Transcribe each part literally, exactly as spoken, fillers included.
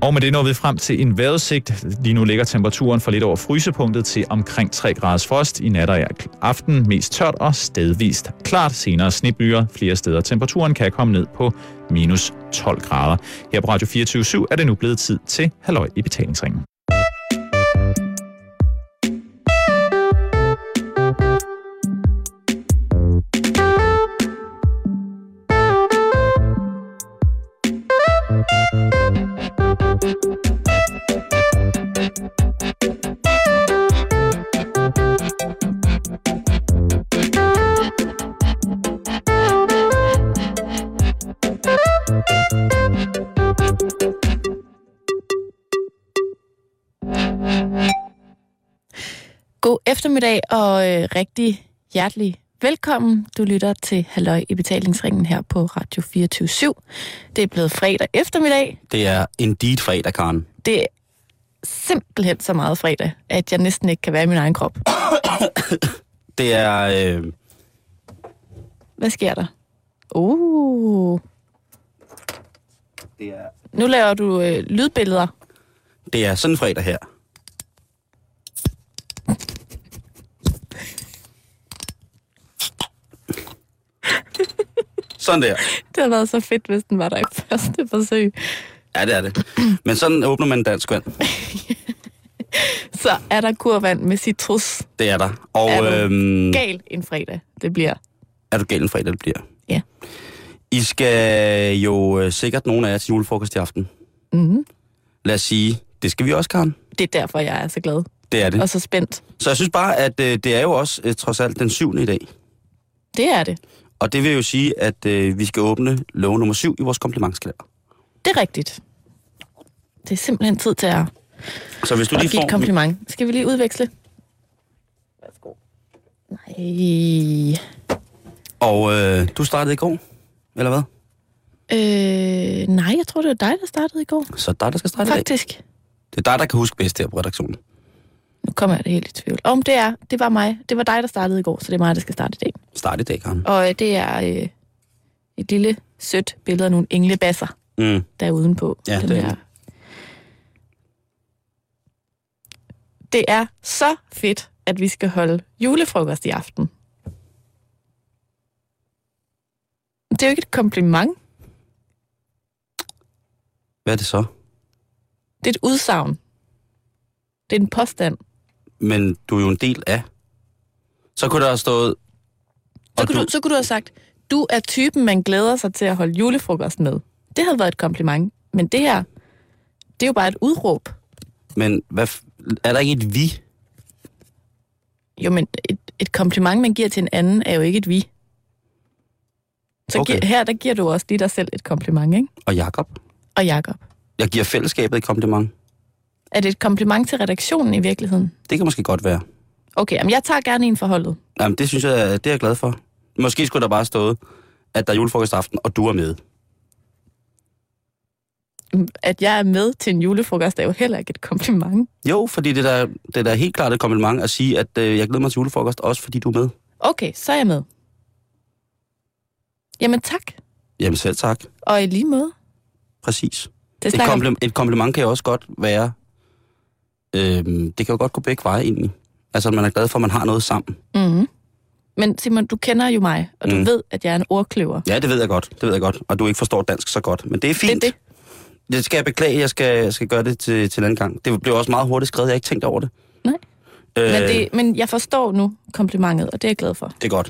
Og med det når vi frem til en vejrudsigt. Lige nu ligger temperaturen for lidt over frysepunktet til omkring tre graders frost. I nat og aften mest tørt og stedvist klart. Senere snebyer flere steder. Temperaturen kan komme ned på minus tolv grader. Her på Radio fireogtyve syv er det nu blevet tid til Halløj i betalingsringen. God eftermiddag og øh, rigtig hjertelig velkommen. Du lytter til Halløj i betalingsringen her på Radio fireogtyve syv. Det er blevet fredag eftermiddag. Det er indeed fredag, Karen. Det er simpelthen så meget fredag, at jeg næsten ikke kan være i min egen krop. Det er... Øh... Hvad sker der? Uh. Det er... Nu laver du øh, lydbilleder. Det er sådan en fredag her. Sådan der. Det har været så fedt, hvis den var der i første forsøg. Ja, det er det. Men sådan åbner man dansk vand. Så er der kurvand med citrus. Det er der. Og, er du øhm, gal en fredag, det bliver. Er du gal en fredag, det bliver. Ja. I skal jo øh, sikkert nogle af jer til julefrokost i aften. Mm-hmm. Lad os sige, det skal vi også, Karen. Det er derfor, jeg er så glad. Det er det. Og så spændt. Så jeg synes bare, at øh, det er jo også øh, trods alt den syvende i dag. Det er det. Og det vil jo sige, at øh, vi skal åbne lov nummer syv i vores komplimentskalender. Det er rigtigt. Det er simpelthen tid til at, så hvis du at lige give får et kompliment. Skal vi lige udveksle? Værsgo. Nej. Og øh, du startede i går, eller hvad? Øh, nej, jeg tror, det var dig, der startede i går. Så dig, der skal starte Faktisk. i dag? Det er dig, der kan huske bedst her på redaktionen. Nu kommer jeg det helt i tvivl. Om det er, det var mig. Det var dig, der startede i går, så det er mig, der skal starte i dag. Start i dag, Karen. Og øh, det er øh, et lille, sødt billede af nogle englebasser, Mm. der er udenpå. Ja, Den det er der. det. Det er så fedt, at vi skal holde julefrokost i aften. Det er jo ikke et kompliment. Hvad er det så? Det er et udsagn. Det er en påstand. Men du er jo en del af. Så kunne der have stået... Så kunne, du... Du, så kunne du have sagt, du er typen, man glæder sig til at holde julefrokost med. Det havde været et kompliment. Men det her, det er jo bare et udråb. Men hvad f... er der ikke et vi? Jo, men et, et kompliment, man giver til en anden, er jo ikke et vi. Så Okay. gi- her, der giver du også lige dig selv et kompliment, ikke? Og Jakob? Og Jakob. Jeg giver fællesskabet et kompliment. Er det et kompliment til redaktionen i virkeligheden? Det kan måske godt være. Okay, men jeg tager gerne en forholdet. Jamen, det synes jeg, det er jeg glad for. Måske skulle der bare stået, at der er julefrokostaften, og du er med. At jeg er med til en julefrokost er jo heller ikke et kompliment. Jo, fordi det er da, det er da helt klart et kompliment at sige, at øh, jeg glæder mig til julefrokost, også fordi du er med. Okay, så er jeg med. Jamen tak. Jamen selv tak. Og i lige måde. Præcis. Det Et, snakker... kompliment, et kompliment kan jo også godt være... Øhm, det kan jo godt gå begge veje egentlig. Altså, man er glad for, at man har noget sammen. Mm-hmm. Men Simon, du kender jo mig, og du Mm. ved, at jeg er en ordkløver. Ja, det ved jeg godt. Det ved jeg godt. Og du ikke forstår dansk så godt. Men det er fint. Det er det. Det skal jeg beklage. Jeg skal, jeg skal gøre det til, til en anden gang. Det blev også meget hurtigt skrevet. Jeg har ikke tænkt over det. Nej. Øh, Men, det, men jeg forstår nu komplimentet, og det er jeg glad for. Det er godt.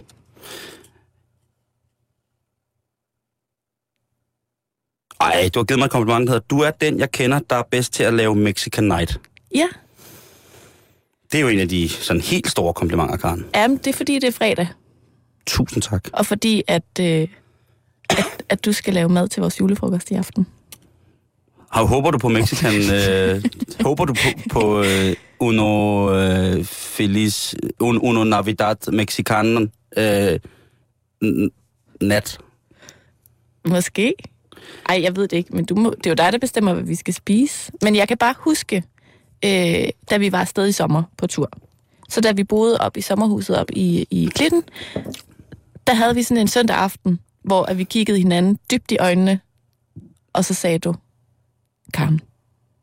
Ej, du har givet mig et kompliment, der hedder, du er den, jeg kender, der er bedst til at lave Mexican Night. Ja. Det er jo en af de sådan helt store komplimenter, Karen. Jamen, det er fordi, det er fredag. Tusind tak. Og fordi, at, øh, at, at du skal lave mad til vores julefrokost i aften. Har, håber du på Mexican... øh, håber du på, på øh, uno øh, feliz... Un, uno Navidad Mexican øh, n- nat? Måske. Ej, jeg ved det ikke, men du må, det er jo dig, der bestemmer, hvad vi skal spise. Men jeg kan bare huske, øh, da vi var afsted i sommer på tur. Så da vi boede op i sommerhuset op i, i Klitten, der havde vi sådan en søndag aften, hvor at vi kiggede hinanden dybt i øjnene, og så sagde du, Karen,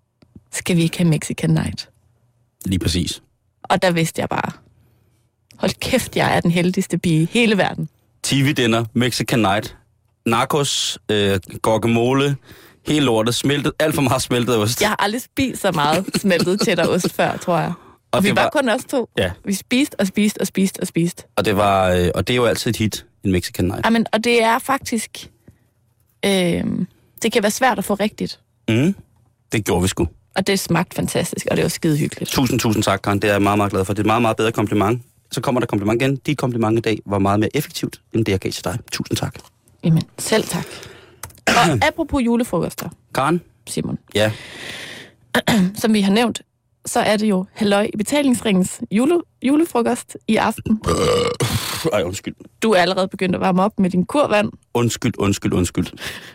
skal vi ikke have Mexican Night? Lige præcis. Og der vidste jeg bare, hold kæft, jeg er den heldigste pige i hele verden. T V-dinner, Mexican Night, narkos, øh, guacamole, helt lortet, smeltet, alt for meget smeltet ost. Jeg har aldrig spist så meget smeltet cheddar-ost før, tror jeg. Og, og vi var, var kun os to. Ja. Vi spiste og spiste og spiste og spiste. Og det, var, øh, og det er jo altid et hit, en Mexican Night. Amen, og det er faktisk... Øh, det kan være svært at få rigtigt. Mm, det gjorde vi sgu. Og det smagte fantastisk, og det var skide hyggeligt. Tusind, tusind tak, Karen. Det er jeg meget, meget glad for. Det er et meget, meget bedre kompliment. Så kommer der kompliment igen. Dit kompliment i dag var meget mere effektivt, end det, jeg gav til dig. Tusind tak. Jamen, selv tak. Og apropos julefrokoster, Karen? Simon. Ja. Som vi har nævnt, så er det jo halløj i betalingsringens jule, julefrokost i aften. Ej, undskyld. Du er allerede begyndt at varme op med din kurvand. Undskyld, undskyld, undskyld.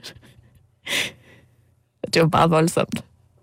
Det var bare voldsomt.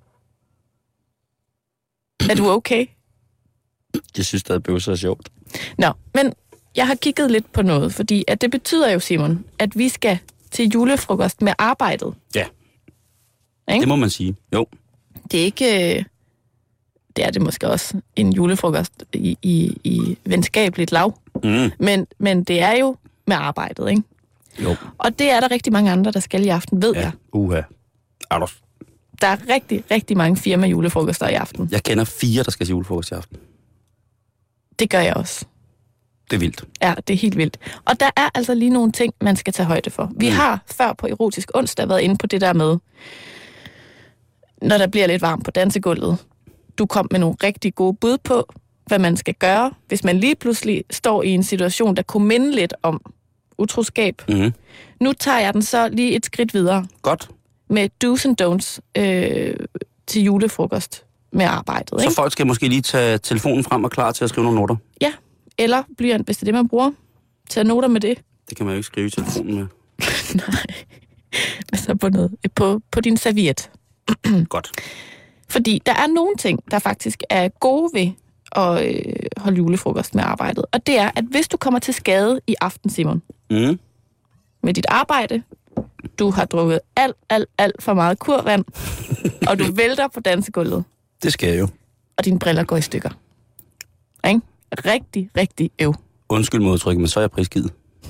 Er du okay? Jeg synes, det blev så sjovt. Nå, men jeg har kigget lidt på noget, fordi at det betyder jo, Simon, at vi skal til julefrokost med arbejdet. Ja. Ikke? Det må man sige. Jo. Det er ikke... Det er det måske også en julefrokost i, i, i venskabeligt lav. Mm. Men, men det er jo med arbejdet, ikke? Jo. Og det er der rigtig mange andre, der skal i aften, ved Ja. jeg. Uha. Er du... Der er rigtig, rigtig mange firma julefrokoster i aften. Jeg kender fire, der skal til julefrokost i aften. Det gør jeg også. Det er vildt. Ja, det er helt vildt. Og der er altså lige nogle ting, man skal tage højde for. Vi mm. har før på Erotisk Onsdag været inde på det der med, når der bliver lidt varmt på dansegulvet. Du kom med nogle rigtig gode bud på, hvad man skal gøre, hvis man lige pludselig står i en situation, der kunne minde lidt om utroskab. Mm. Nu tager jeg den så lige et skridt videre. Godt. Med do's and don'ts øh, til julefrokost med arbejdet. Så ikke? folk skal måske lige tage telefonen frem og klar til at skrive nogle noter. Ja, eller blyant, hvis det er det, man bruger. Tag noter med det. Det kan man jo ikke skrive i telefonen med. Nej. Så på, noget, på, på din serviet. Godt. Fordi der er nogle ting, der faktisk er gode ved at øh, holde julefrokost med arbejdet. Og det er, at hvis du kommer til skade i aften, Simon, Mm. med dit arbejde, du har drukket alt, alt, alt for meget kurvand, og du vælter på dansegulvet, Det skal jeg jo. og dine briller går i stykker. Ikke? Rigtig, rigtig øv. Undskyld modtrykket, men så er jeg prisgivet.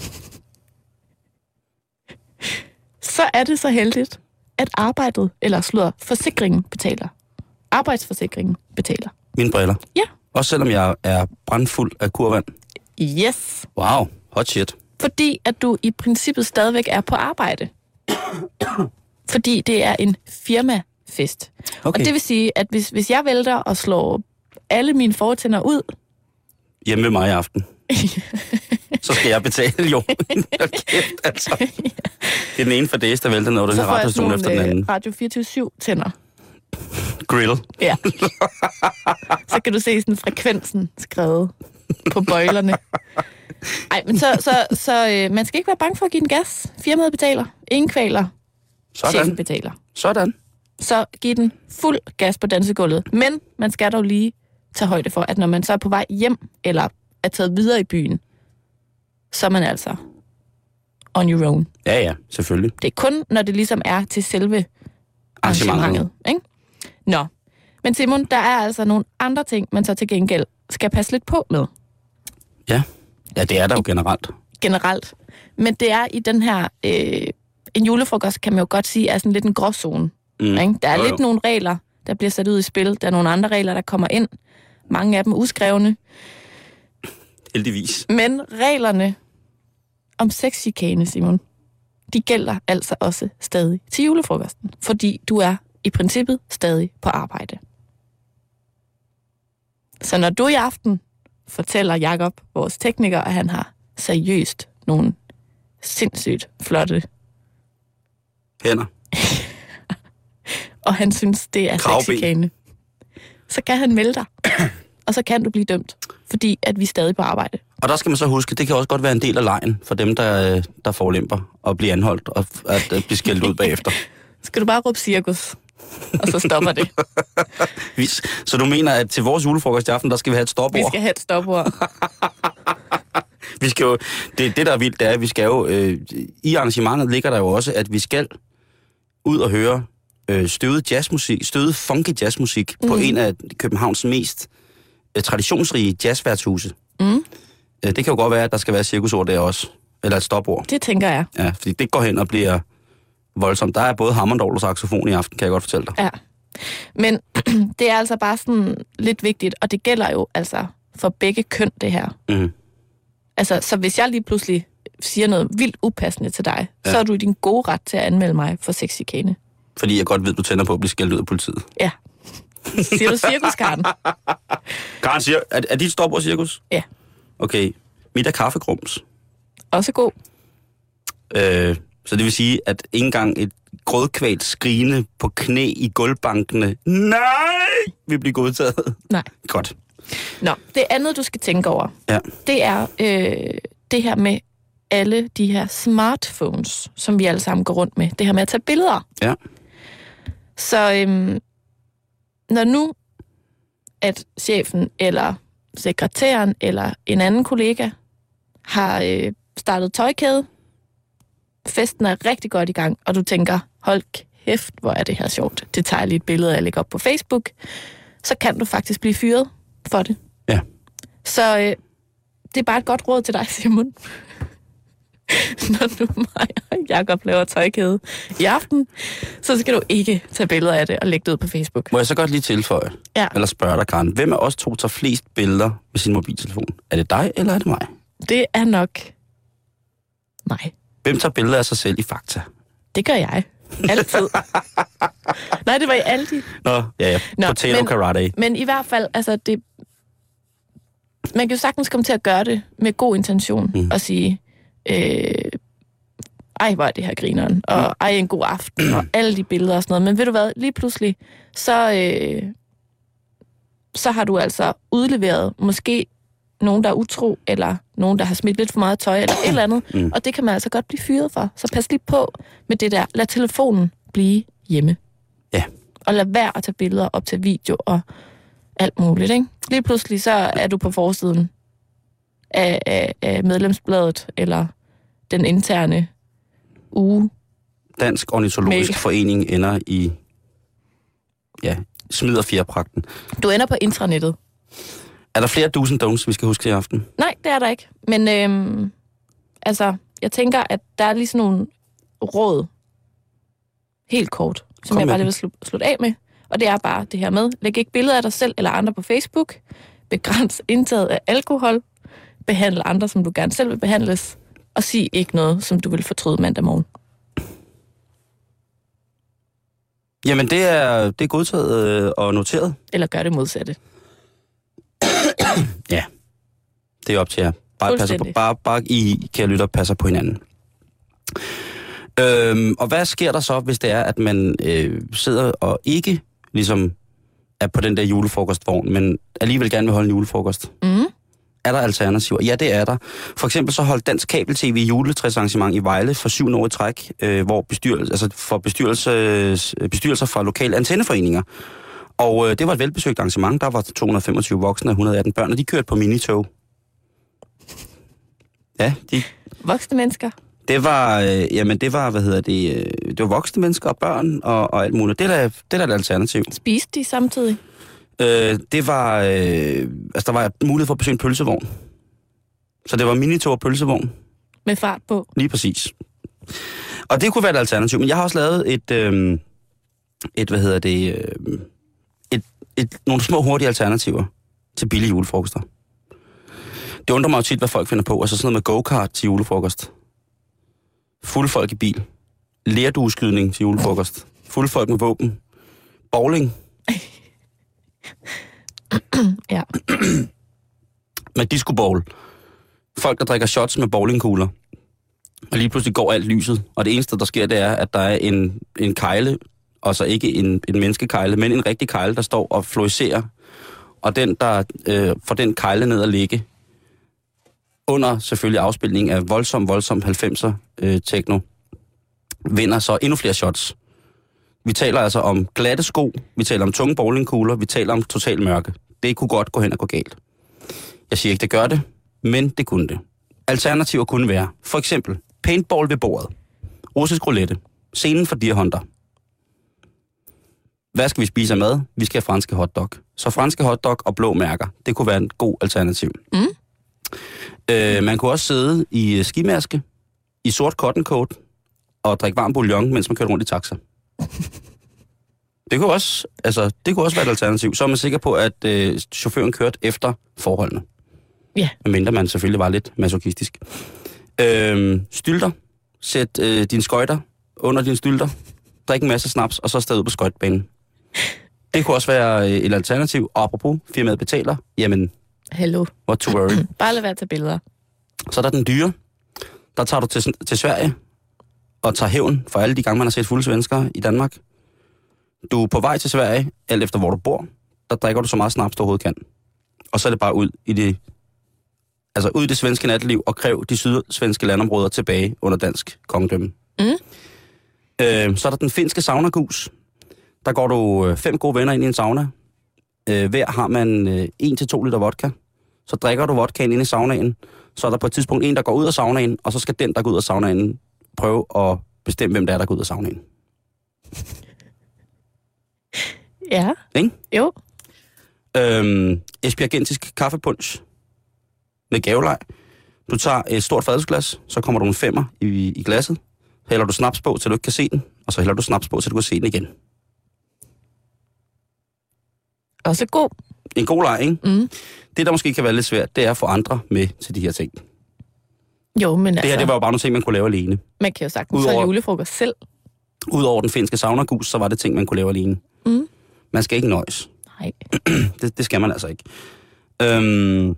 Så er det så heldigt, at arbejdet, eller slår forsikringen betaler. Arbejdsforsikringen betaler. Mine briller. Ja. Også selvom jeg er brandfuld af kurvand. Yes. Wow, hot shit. Fordi at du i princippet stadigvæk er på arbejde. Fordi det er en firmafest. Okay. Og det vil sige, at hvis, hvis jeg vælter og slår alle mine fortænder ud, Hjemme ved mig i aften. Så skal jeg betale, jo. Kæft, altså. Det er den ene for det, der vælter, når du så har får jeg radiostation sådan efter den nogle anden. øh, Radio fireogtyve syv tænder. Grill. Ja. Så kan du se sådan frekvensen skrevet på bøjlerne. Ej, men så, så, så øh, man skal ikke være bange for at give den gas. Firmaet betaler. Ingen kvaler. Chefen Sådan. betaler. Sådan. Så giv den fuld gas på dansegulvet. Men man skal dog lige tage højde for, at når man så er på vej hjem, eller er taget videre i byen, så er man altså on your own. Ja, ja, selvfølgelig. Det er kun, når det ligesom er til selve arrangementet. Ikke? Nå, men Simon, der er altså nogle andre ting, man så til gengæld skal passe lidt på med. Ja, ja det er der jo generelt. Generelt. Men det er i den her... Øh, en julefrokost, kan man jo godt sige, er sådan lidt en gråzone. Mm. Ikke? Der er Jo, lidt jo. nogle regler, der bliver sat ud i spil. Der er nogle andre regler, der kommer ind. Mange af dem uskrevne. Heldigvis. Men reglerne om sexchikane, Simon, de gælder altså også stadig til julefrokosten. Fordi du er i princippet stadig på arbejde. Så når du i aften fortæller Jakob, vores tekniker, at han har seriøst nogle sindssygt flotte, Hænder. og han synes, det er Kravben. sexchikane, så kan han melde dig. Og så kan du blive dømt, fordi at vi er stadig på arbejde. Og der skal man så huske, det kan også godt være en del af lejen for dem, der, der forelemper og bliver anholdt og at, at blive skældt ud bagefter. Skal du bare råbe cirkus, og så stopper det. Hvis- Så du mener, at til vores julefrokost i aften, der skal vi have et Vi stopord? skal have et stopord. Vi skal jo, det, det, der er vildt, det er, at vi skal jo... Øh, I arrangementet ligger der jo også, at vi skal ud og høre øh, støvet jazzmusik, støvet funky jazzmusik mm. på en af Københavns mest øh, traditionsrige jazzværtshuse. Mm. Øh, det kan jo godt være, at der skal være et cirkusord der også. Eller et stopord. Det tænker jeg. Ja, fordi det går hen og bliver voldsomt. Der er både hammondorgel og saxofon i aften, kan jeg godt fortælle dig. Ja. Men det er altså bare sådan lidt vigtigt, og det gælder jo altså for begge køn, det her. Mm. Altså, så hvis jeg lige pludselig siger noget vildt upassende til dig, ja. Så er du i din gode ret til at anmelde mig for sexchikane. Fordi jeg godt ved, du tænder på at blive skældt ud af politiet. Ja. Siger du cirkus, Karen? Karen siger, er, er dit stopord cirkus? Ja. Okay. Mit er kaffegrums. Også god. Øh, så det vil sige, at ikke engang et grødkvælt skrigende på knæ i gulvbankene, nej, vil blive godtaget. Nej. Godt. Nå, det andet, du skal tænke over, ja. det er øh, det her med alle de her smartphones, som vi alle sammen går rundt med. Det her med at tage billeder. Ja. Så øhm, når nu, at chefen eller sekretæren eller en anden kollega har øh, startet tøjkæde, festen er rigtig godt i gang, og du tænker, hold kæft, hvor er det her sjovt. Det tager jeg lige et billede, jeg lægger op på Facebook. Så kan du faktisk blive fyret for det. Ja. Så øh, det er bare et godt råd til dig, Simon. Når nu mig og Jacob laver tøjkæde i aften, så skal du ikke tage billeder af det og lægge det ud på Facebook. Må jeg så godt lige tilføje, ja. eller spørge dig, Karen, hvem af os to tager flest billeder med sin mobiltelefon? Er det dig, eller er det mig? Det er nok mig. Hvem tager billeder af sig selv i Fakta? Det gør jeg. Altid. Nej, det var i Aldi. Nå, ja, ja. Nå, Potato men, karate. Men i hvert fald, altså det... Man kan jo sagtens komme til at gøre det med god intention mm. og sige, øh, ej, hvor er det her grineren, og ej, en god aften, og alle de billeder og sådan noget. Men ved du hvad, lige pludselig, så, øh, så har du altså udleveret måske nogen, der er utro, eller nogen, der har smidt lidt for meget tøj, eller et eller andet. Mm. Og det kan man altså godt blive fyret for. Så pas lige på med det der. Lad telefonen blive hjemme. Ja. Og lad være at tage billeder op til video og alt muligt, ikke? Lige pludselig så er du på forsiden af, af, af medlemsbladet, eller den interne uge. Dansk Ornitologisk Mail. Forening ender i, ja, smid og fjerpragten. Du ender på intranettet. Er der flere do's and don'ts, vi skal huske i aften? Nej, det er der ikke. Men øhm, altså, jeg tænker, at der er lige sådan nogle råd, helt kort, som Kom jeg bare lige vil slu- slutte af med. Og det er bare det her med, læg ikke billeder af dig selv eller andre på Facebook, begræns indtaget af alkohol, behandle andre, som du gerne selv vil behandles, og sig ikke noget, som du vil fortryde mandag morgen. Jamen, det er, det er godtaget øh, og noteret. Eller gør det modsatte. Ja, det er op til jer. Bare, passer på, bare, bare I, kære lytter, passer på hinanden. Øhm, og hvad sker der så, hvis det er, at man øh, sidder og ikke ligesom er på den der julefrokostvogn, men alligevel gerne vil holde en julefrokost? Mm. Er der alternativer? Ja, det er der. For eksempel så holdt Dansk Kabel-T V juletræsarrangement i Vejle for syvende år i træk, øh, hvor bestyrelse, altså for bestyrelses, bestyrelser fra lokale antenneforeninger. Og øh, det var et velbesøgt arrangement. Der var to hundrede og femogtyve voksne og et hundrede og atten børn, og de kørte på minitog. Ja, de... Voksne mennesker? Det var, øh, jamen det var, hvad hedder det, øh, det var voksne mennesker og børn og, og alt muligt. Det er da, det er da et alternativ. Spiste de samtidig? Øh, det var, øh, altså der var mulighed for at besøge en pølsevogn. Så det var minitog og pølsevogn. Med fart på? Lige præcis. Og det kunne være et alternativ, men jeg har også lavet et, øh, et hvad hedder det, øh, et, et, nogle små hurtige alternativer til billige julefrokoster. Det undrer mig jo tit, hvad folk finder på. Altså sådan noget med go-kart til julefrokost. Fulde folk i bil. Lerdueskydning til julefrokost. Fulde folk med våben. Bowling. Ja. Med disco ball. Folk, der drikker shots med bowlingkugler. Og lige pludselig går alt lyset. Og det eneste, der sker, det er, at der er en, en kejle, og så ikke en, en menneskekejle, men en rigtig kejle, der står og fluorescerer. Og den, der øh, får den kejle ned at ligge, under selvfølgelig afspilning af voldsom, voldsom halvfemser øh, techno, vinder så endnu flere shots. Vi taler altså om glatte sko, vi taler om tunge bowlingkugler, vi taler om total mørke. Det kunne godt gå hen og gå galt. Jeg siger ikke, det gør det, men det kunne det. Alternativer kunne være, for eksempel, paintball ved bordet, russisk roulette, scenen for Deer Hunter. hvad skal vi spise af mad? Vi skal have franske hotdog. Så franske hotdog og blå mærker, det kunne være en god alternativ. Mm. Øh, man kunne også sidde i skimaske, i sort cotton coat, og drikke varm bouillon, mens man kører rundt i taxa. Det kunne også, altså, det kunne også være et alternativ. Så er man sikker på, at øh, chaufføren kørte efter forholdene. Ja. Yeah. Medmindre man selvfølgelig var lidt masochistisk. Øh, stylter. Sæt øh, dine skøjter under dine stylter. Drik en masse snaps, og så afsted ud på skøjtebanen. Det kunne også være et alternativ. Og apropos, firmaet betaler. Jamen, hello. What to worry. Bare lad være at tage billeder. Så er der den dyre. Der tager du til, til Sverige og tager hævn for alle de gange, man har set fulde svenskere i Danmark. Du er på vej til Sverige, alt efter hvor du bor. Der drikker du så meget snaps, du overhovedet kan. Og så er det bare ud i det, altså ud i det svenske natteliv og kræv de sydsvenske landområder tilbage under dansk kongedømme. Mm. Øh, så er der den finske saunagus. Der går du fem gode venner ind i en sauna. Øh, hver har man øh, en til to liter vodka. Så drikker du vodkaen ind i saunaen. Så er der på et tidspunkt en, der går ud af saunaen, og så skal den, der går ud af saunaen, prøve at bestemme, hvem der er, der går ud af saunaen. Ja. Ikke? Jo. Øhm, Esbjergentisk kaffepunch med gaveleg. Du tager et stort fadelsglas, så kommer du en femmer i, i glasset. Så hælder du snaps på, til du ikke kan se den, og så hælder du snaps på, til du kan se den igen. Også god. En god leg, ikke? Mm. Det, der måske kan være lidt svært, det er at få andre med til de her ting. Jo, men det altså... her, det var jo bare nogle ting, man kunne lave alene. Man kan jo sagtens Udover... have julefrokost selv. Udover den finske saunagus, så var det ting, man kunne lave alene. Mm. Man skal ikke nøjes. Nej. det, det skal man altså ikke. Øhm,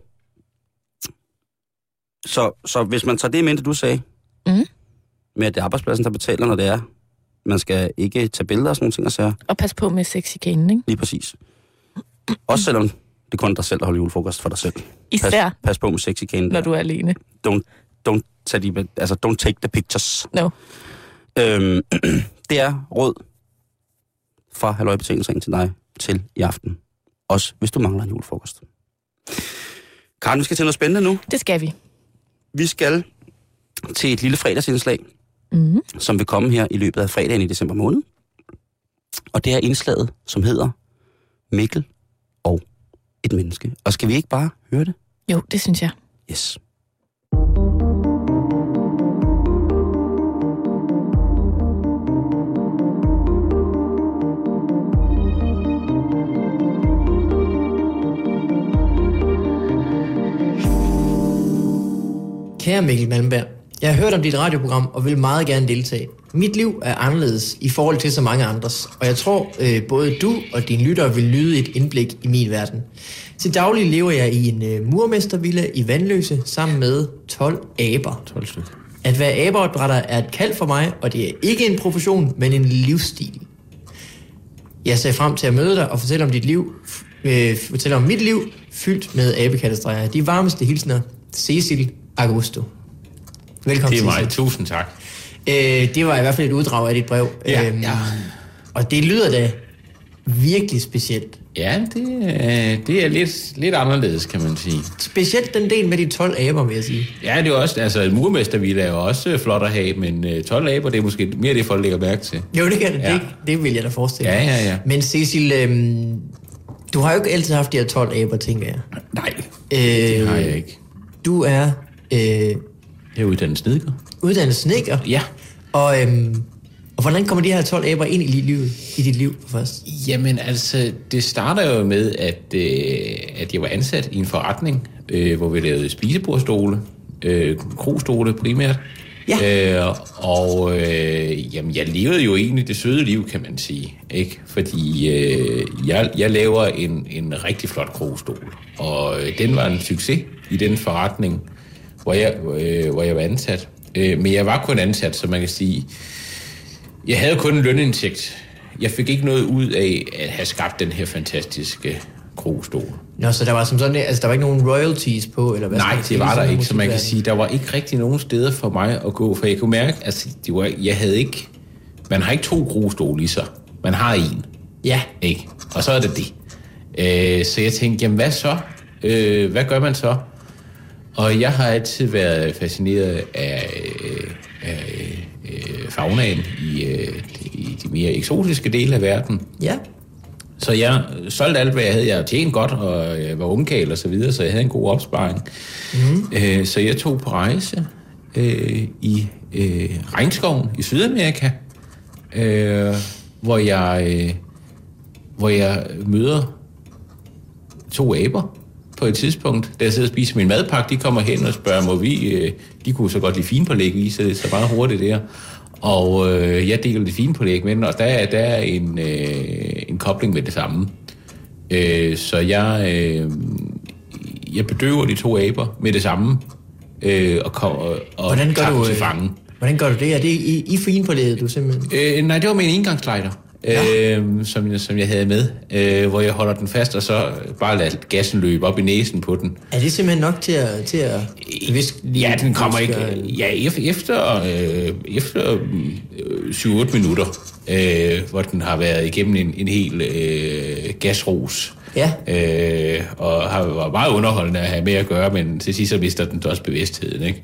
så, så hvis man tager det med, det du sagde, mm. med at det er arbejdspladsen, der betaler, når det er, man skal ikke tage billeder og sådan nogle ting og sager. Og pas på med sexikanen, ikke? Lige præcis. Også selvom det kun er dig selv, der holder julefrokost for dig selv. Især. Pas, pas på med sexikanen. Når du er alene. Don't, don't, tage de, altså, don't take the pictures. No. Øhm, det er råd fra Halløjbetingelsringen til dig til i aften. Også hvis du mangler en julefrokost. Karen, vi skal til noget spændende nu. Det skal vi. Vi skal til et lille fredagsindslag, mm. som vil komme her i løbet af fredagen i december måned. Og det er indslaget, som hedder Mikkel og et menneske. Og skal vi ikke bare høre det? Jo, det synes jeg. Yes. Kære Mikkel Malmberg, jeg har hørt om dit radioprogram og vil meget gerne deltage. Mit liv er anderledes i forhold til så mange andres, og jeg tror, øh, både du og dine lyttere vil lyde et indblik i min verden. Til daglig lever jeg i en øh, murmestervilla i Vandløse sammen med tolv aber. tolv stykker. At være abeopdrætter er et kald for mig, og det er ikke en profession, men en livsstil. Jeg ser frem til at møde dig og fortælle om dit liv, øh, fortælle om mit liv, fyldt med abekattestreger. De varmeste hilsner, Cecil Augusto. Velkommen. Det er mig. Tusind tak. Øh, det var i hvert fald et uddrag af dit brev. Ja, øhm, ja. Og det lyder da virkelig specielt. Ja, det, det er lidt, lidt anderledes, kan man sige. Specielt den del med de tolv aber, vil jeg sige. Ja, det er også, altså en murmestervilla er jo også flot at have, men tolv aber, det er måske mere det, folk lægger mærke til. Jo, det kan det. Ja. Det, det vil jeg da forestille mig. Ja, ja, ja. Men Cecil, øhm, du har jo ikke altid haft de her tolv aber, tænker jeg. Nej, øh, det har jeg ikke. Du er... Øh, jeg er uddannet snedker. Uddannet snedker? Ja. Og, øhm, og hvordan kommer de her tolv aber ind i, livet, i dit liv først? Jamen altså, det starter jo med, at, øh, at jeg var ansat i en forretning, øh, hvor vi lavede spisebordstole, øh, krostole primært. Ja. Øh, og øh, jamen, jeg levede jo egentlig det søde liv, kan man sige, ikke? Fordi øh, jeg, jeg laver en, en rigtig flot krostol, og øh, den var en succes i den forretning, hvor jeg, øh, hvor jeg var ansat. Øh, men jeg var kun ansat, så man kan sige, jeg havde kun en lønindtægt. Jeg fik ikke noget ud af at have skabt den her fantastiske krostol. Nå, så der var som sådan, altså der var ikke nogen royalties på, eller hvad? Nej, det var der ikke, så man kan sige, der var ikke rigtig nogen steder for mig at gå, for jeg kunne mærke, altså, det var, jeg havde ikke, man har ikke to krostole i sig, man har en. Ja. Ikke? Og så er det det. Øh, så jeg tænkte, jamen hvad så? Øh, hvad gør man så? Og jeg har altid været fascineret af, af øh, faunaen i, øh, i de mere eksotiske dele af verden. Ja. Så jeg solgte alt, hvad jeg havde. Jeg tjente godt, og jeg var ungkæl og så videre, så jeg havde en god opsparing. Mm. Øh, så jeg tog på rejse øh, i øh, regnskoven i Sydamerika, øh, hvor jeg øh, hvor jeg møder to aber på et tidspunkt, da jeg sidder og spiser min madpakke. De kommer hen og spørger, må vi... Øh, de kunne så godt lide finpålæg i, så det er så bare hurtigt der. Og øh, jeg deler det finpålæg med den, og der er, der er en, øh, en kobling med det samme. Øh, så jeg, øh, jeg bedøver de to aber med det samme, øh, og, og, og hvordan gør tager du, dem til fange. Hvordan gør du det? Er det i, i finpålæget, du simpelthen? Øh, nej, det var med en engangslighter. Ja. Øh, som, som jeg havde med, øh, hvor jeg holder den fast, og så bare lader gassen løbe op i næsen på den. Er det simpelthen nok til at... Til at viske, ja, den kommer ikke... Ja, efter, øh, efter øh, syv otte minutter, øh, hvor den har været igennem en, en hel øh, gasros. Ja. Øh, og har været meget underholdende at have med at gøre, men til sidst så mister den også bevidstheden, ikke?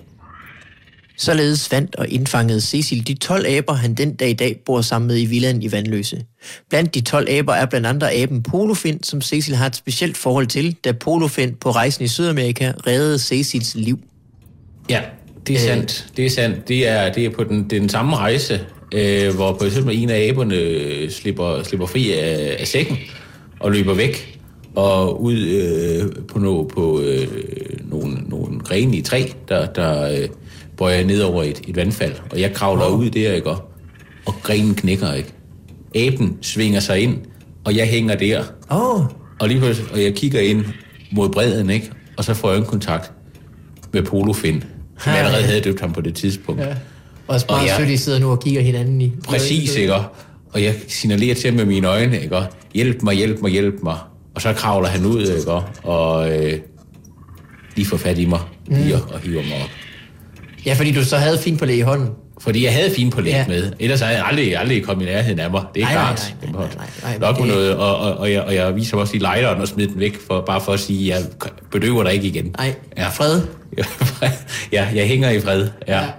Således fandt og indfangede Cecil de tolv aber, han den dag i dag bor sammen med i villaen i Vanløse. Blandt de tolv aber er blandt andet aben Polofin, som Cecil har et specielt forhold til, da Polofin på rejsen i Sydamerika reddede Cecils liv. Ja, det er øh. sandt. Det er sandt. Det er, det er på den, den samme rejse, øh, hvor på eksempel en af aberne slipper, slipper fri af, af sækken og løber væk og ud øh, på, no, på øh, nogle, nogle grene i træ, der... der øh, hvor jeg er ned over et, et vandfald, og jeg kravler oh. ud der, ikke? Og grenen knækker, ikke? Aben svinger sig ind, og jeg hænger der. Oh. Og lige pludselig, og jeg kigger ind mod bredden, ikke? Og så får jeg en kontakt med Polofin, som jeg allerede havde døbt ham på det tidspunkt. Ja. Og så bare selvfølgelig sidder nu og kigger hinanden i. Præcis, ikke? Og jeg signalerer til ham med mine øjne, ikke? Hjælp mig, hjælp mig, hjælp mig. Og så kravler han ud, ikke? Og øh, lige får fat i mig, mm. lige, og hiver mig op. Ja, fordi du så havde finpålæg i hånden. Fordi jeg havde finpålæg ja. med. Ellers havde jeg aldrig, aldrig kommet i nærheden af mig. Det er nej, klart. Nej, nej, nej, nej, nej, nej, noget, og, og, og, jeg, og jeg viser også i lighteren og smider den væk, for, bare for at sige, at jeg bedøver dig ikke igen. Nej, ja. Fred. Ja, jeg hænger i fred. Ja. Ja.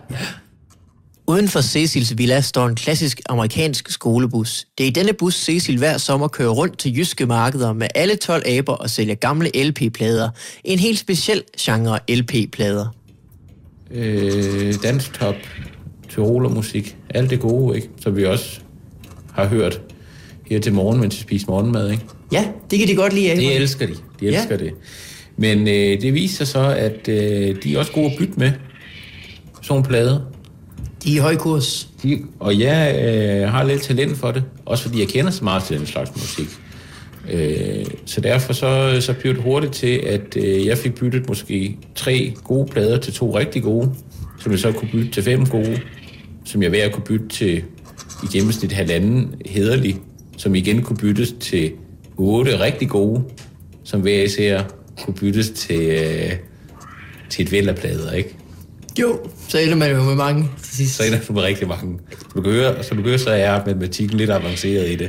Uden for Cecils villa står en klassisk amerikansk skolebus. Det er i denne bus, Cecil hver sommer kører rundt til jyske markeder med alle tolv aber og sælger gamle L P-plader. En helt speciel genre L P-plader. Øh, danstop, tyrolermusik, alt det gode, ikke? Som vi også har hørt her til morgen, mens vi spiser morgenmad, ikke? Ja, det kan de godt lide. Det elsker de, de elsker ja. det. Men øh, det viser sig så, at øh, de er også gode at bytte med, sådan nogle plader. De er i høj kurs. De, og jeg øh, har lidt talent for det, også fordi jeg kender så meget til den slags musik. Øh, så derfor så, så blev det hurtigt til, at øh, jeg fik byttet måske tre gode plader til to rigtig gode, som jeg så kunne bytte til fem gode, som jeg hver kunne bytte til i gennemsnit halvanden hæderlig, som igen kunne byttes til otte rigtig gode, som hver især kunne byttes til, øh, til et væld af plader, ikke? Jo, så ender man jo med mange til sidst. Så ender man med rigtig mange. Så du kan høre, så, du kan høre, så er matematikken lidt avanceret i det.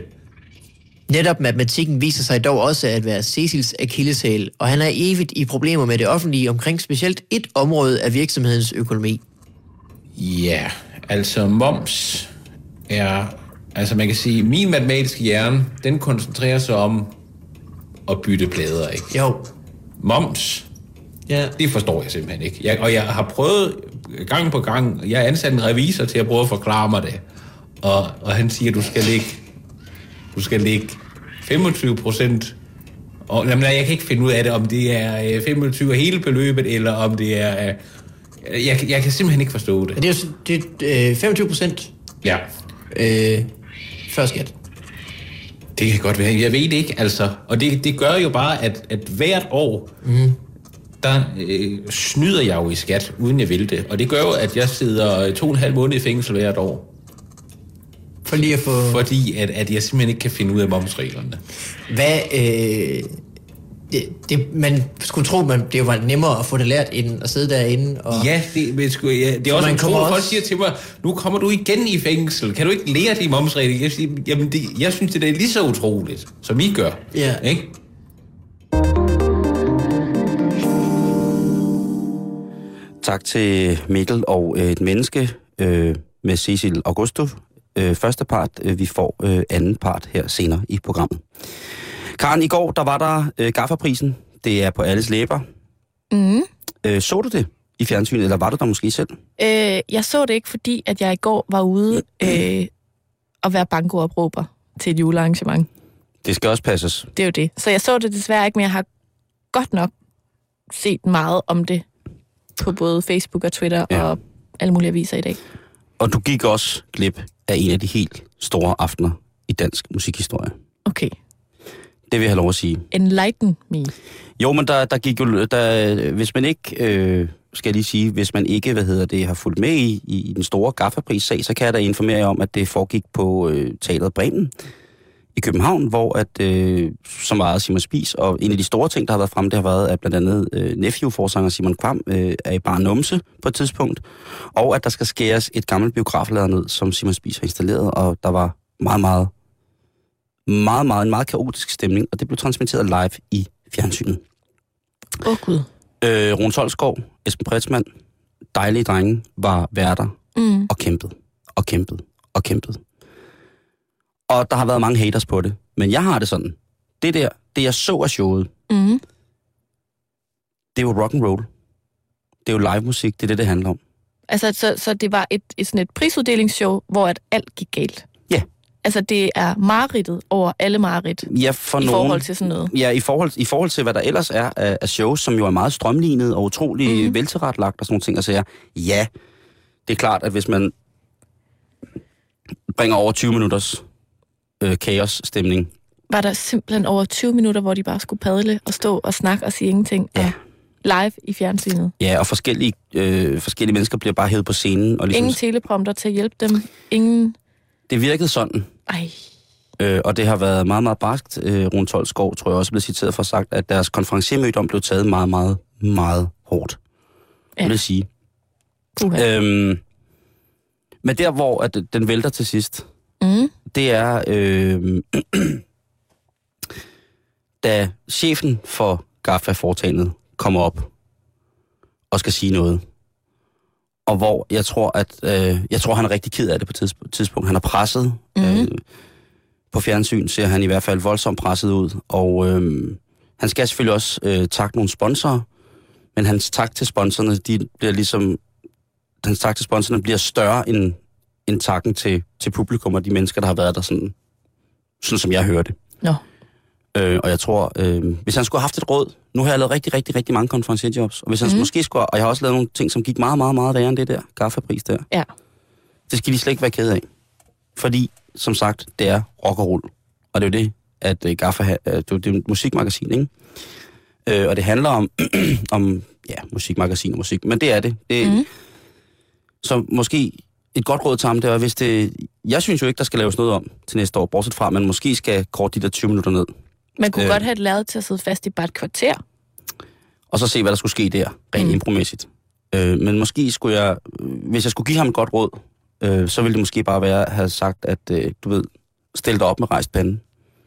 Netop matematikken viser sig dog også at være Cecils akilleshæl, og han er evigt i problemer med det offentlige omkring specielt et område af virksomhedens økonomi. Ja, altså moms er... Altså man kan sige, min matematiske hjerne, den koncentrerer sig om at bytte plader, ikke? Jo. Moms, ja. Det forstår jeg simpelthen ikke. Jeg, og jeg har prøvet gang på gang, jeg har ansat en revisor til at prøve at forklare mig det. Og, og han siger, at du skal lægge, du skal lægge femogtyve procent. Og jamen, jeg kan ikke finde ud af det, om det er femogtyve af hele beløbet, eller om det er... Jeg, jeg kan simpelthen ikke forstå det. Det er, det er øh, femogtyve procent? Ja. Øh, før skat. Det kan godt være. Jeg ved det ikke, altså. Og det, det gør jo bare, at, at hvert år, mm. der øh, snyder jeg jo i skat, uden jeg vil det. Og det gør jo, at jeg sidder to og en halv måned i fængsel hvert år. For lige at få... Fordi at, at jeg simpelthen ikke kan finde ud af momsreglerne. Hvad... Øh... Det, det, man skulle tro, man det var nemmere at få det lært, end at sidde derinde. Og ja, det, men sku, ja, det er også en tro, også... folk siger til mig, nu kommer du igen i fængsel. Kan du ikke lære de momsregler? Jeg, siger, jamen det, jeg synes, det er lige så utroligt, som I gør. Ja. Ikke? Tak til Mikkel og et menneske øh, med Cecil Augusto. Øh, første part, øh, vi får øh, anden part her senere i programmet. Karen, i går, der var der øh, Gaffaprisen. Det er på alles læber. Mm. Øh, så du det i fjernsynet, eller var du der måske selv? Øh, jeg så det ikke, fordi at jeg i går var ude øh, at være bankoopråber til et julearrangement. Det skal også passes. Det er jo det. Så jeg så det desværre ikke, men jeg har godt nok set meget om det på både Facebook og Twitter ja. og alle mulige aviser i dag. Og du gik også glip af en af de helt store aftener i dansk musikhistorie. Okay. Det vil jeg have lov at sige. Enlighten me. Jo, men der, der gik jo... Der, hvis man ikke... Øh, skal jeg lige sige, hvis man ikke, hvad hedder det, har fulgt med i, i den store Gaffapris-sag, så kan jeg da informere jer om, at det foregik på øh, Teatret Bremen i København, hvor at, øh, som var Simon Spies, og en af de store ting, der har været fremme, det har været, at blandt andet øh, Nephew-forsanger Simon Kvam øh, er i bare numse på et tidspunkt, og at der skal skæres et gammelt biograflader ned, som Simon Spies har installeret, og der var meget, meget, meget, meget, en meget kaotisk stemning, og det blev transmitteret live i fjernsynet. Åh oh, gud. Øh, Rune Tolsgaard, Esben Pretzmann, dejlige drenge, var værter mm. og kæmpede, og kæmpede, og kæmpede. Og der har været mange haters på det. Men jeg har det sådan. Det der, det jeg så af showet, mm. det er jo rock and roll. Det er jo live musik, det er det, det handler om. Altså, så, så det var et, et, sådan et prisuddelingshow, hvor at alt gik galt? Ja. Altså, det er mareridtet over alle mareridt ja, for i nogen, forhold til sådan noget? Ja, i forhold, i forhold til, hvad der ellers er af, af shows, som jo er meget strømlignet og utrolig mm. veltilrettelagt og sådan nogle ting. Altså, ja, det er klart, at hvis man bringer over tyve minutters øh, kaosstemning. Var der simpelthen over tyve minutter, hvor de bare skulle padle og stå og snakke og sige ingenting? Ja. Live i fjernsynet? Ja, og forskellige, øh, forskellige mennesker bliver bare hævet på scenen. Og ligesom, ingen teleprompter til at hjælpe dem? Ingen... Det virkede sådan. Ej. Øh, og det har været meget, meget barskt. Øh, Rune Tolsgaard, tror jeg også, blev citeret for sagt, at deres konferenciermøde om blev taget meget, meget, meget hårdt. Ja. Det vil sige. Uh-huh. Øhm, men der, hvor at den vælter til sidst, mm. det er, øh, da chefen for Gaffa-foretagendet kommer op og skal sige noget. Og hvor jeg tror, at øh, jeg tror, han er rigtig ked af det på et tidspunkt. Han er presset. Mm. Øh, på fjernsyn ser han i hvert fald voldsomt presset ud. Og øh, han skal selvfølgelig også øh, takke nogle sponsorer. Men hans tak til sponsorerne, de bliver ligesom... Hans tak til sponsorerne bliver større end, end takken til, til publikum og de mennesker, der har været der, sådan, sådan som jeg hører det. Nå. Øh, og jeg tror, øh, hvis han skulle have haft et råd... Nu har jeg lavet rigtig, rigtig, rigtig mange konferencierjobs. Og hvis han mm. måske skulle... Og jeg har også lavet nogle ting, som gik meget, meget, meget værre end det der Gaffapris der. Ja. Det skal de slet ikke være ked af. Fordi, som sagt, det er rock og roll. Og det er jo det, at uh, Gaffa... Uh, det er jo det er et musikmagasin, ikke? Uh, og det handler om... om ja, musikmagasin og musik. Men det er det. det mm. Så måske et godt råd til ham, det var, hvis det... Jeg synes jo ikke, der skal laves noget om til næste år, bortset fra, at man måske skal korte de der tyve minutter ned. Man kunne øh, godt have et lavet til at sidde fast i bare et kvarter. Og så se, hvad der skulle ske der, rent mm. impromæssigt. Øh, men måske skulle jeg... Hvis jeg skulle give ham et godt råd, øh, så ville det måske bare være at have sagt, at øh, du ved, stille dig op med rejst pande.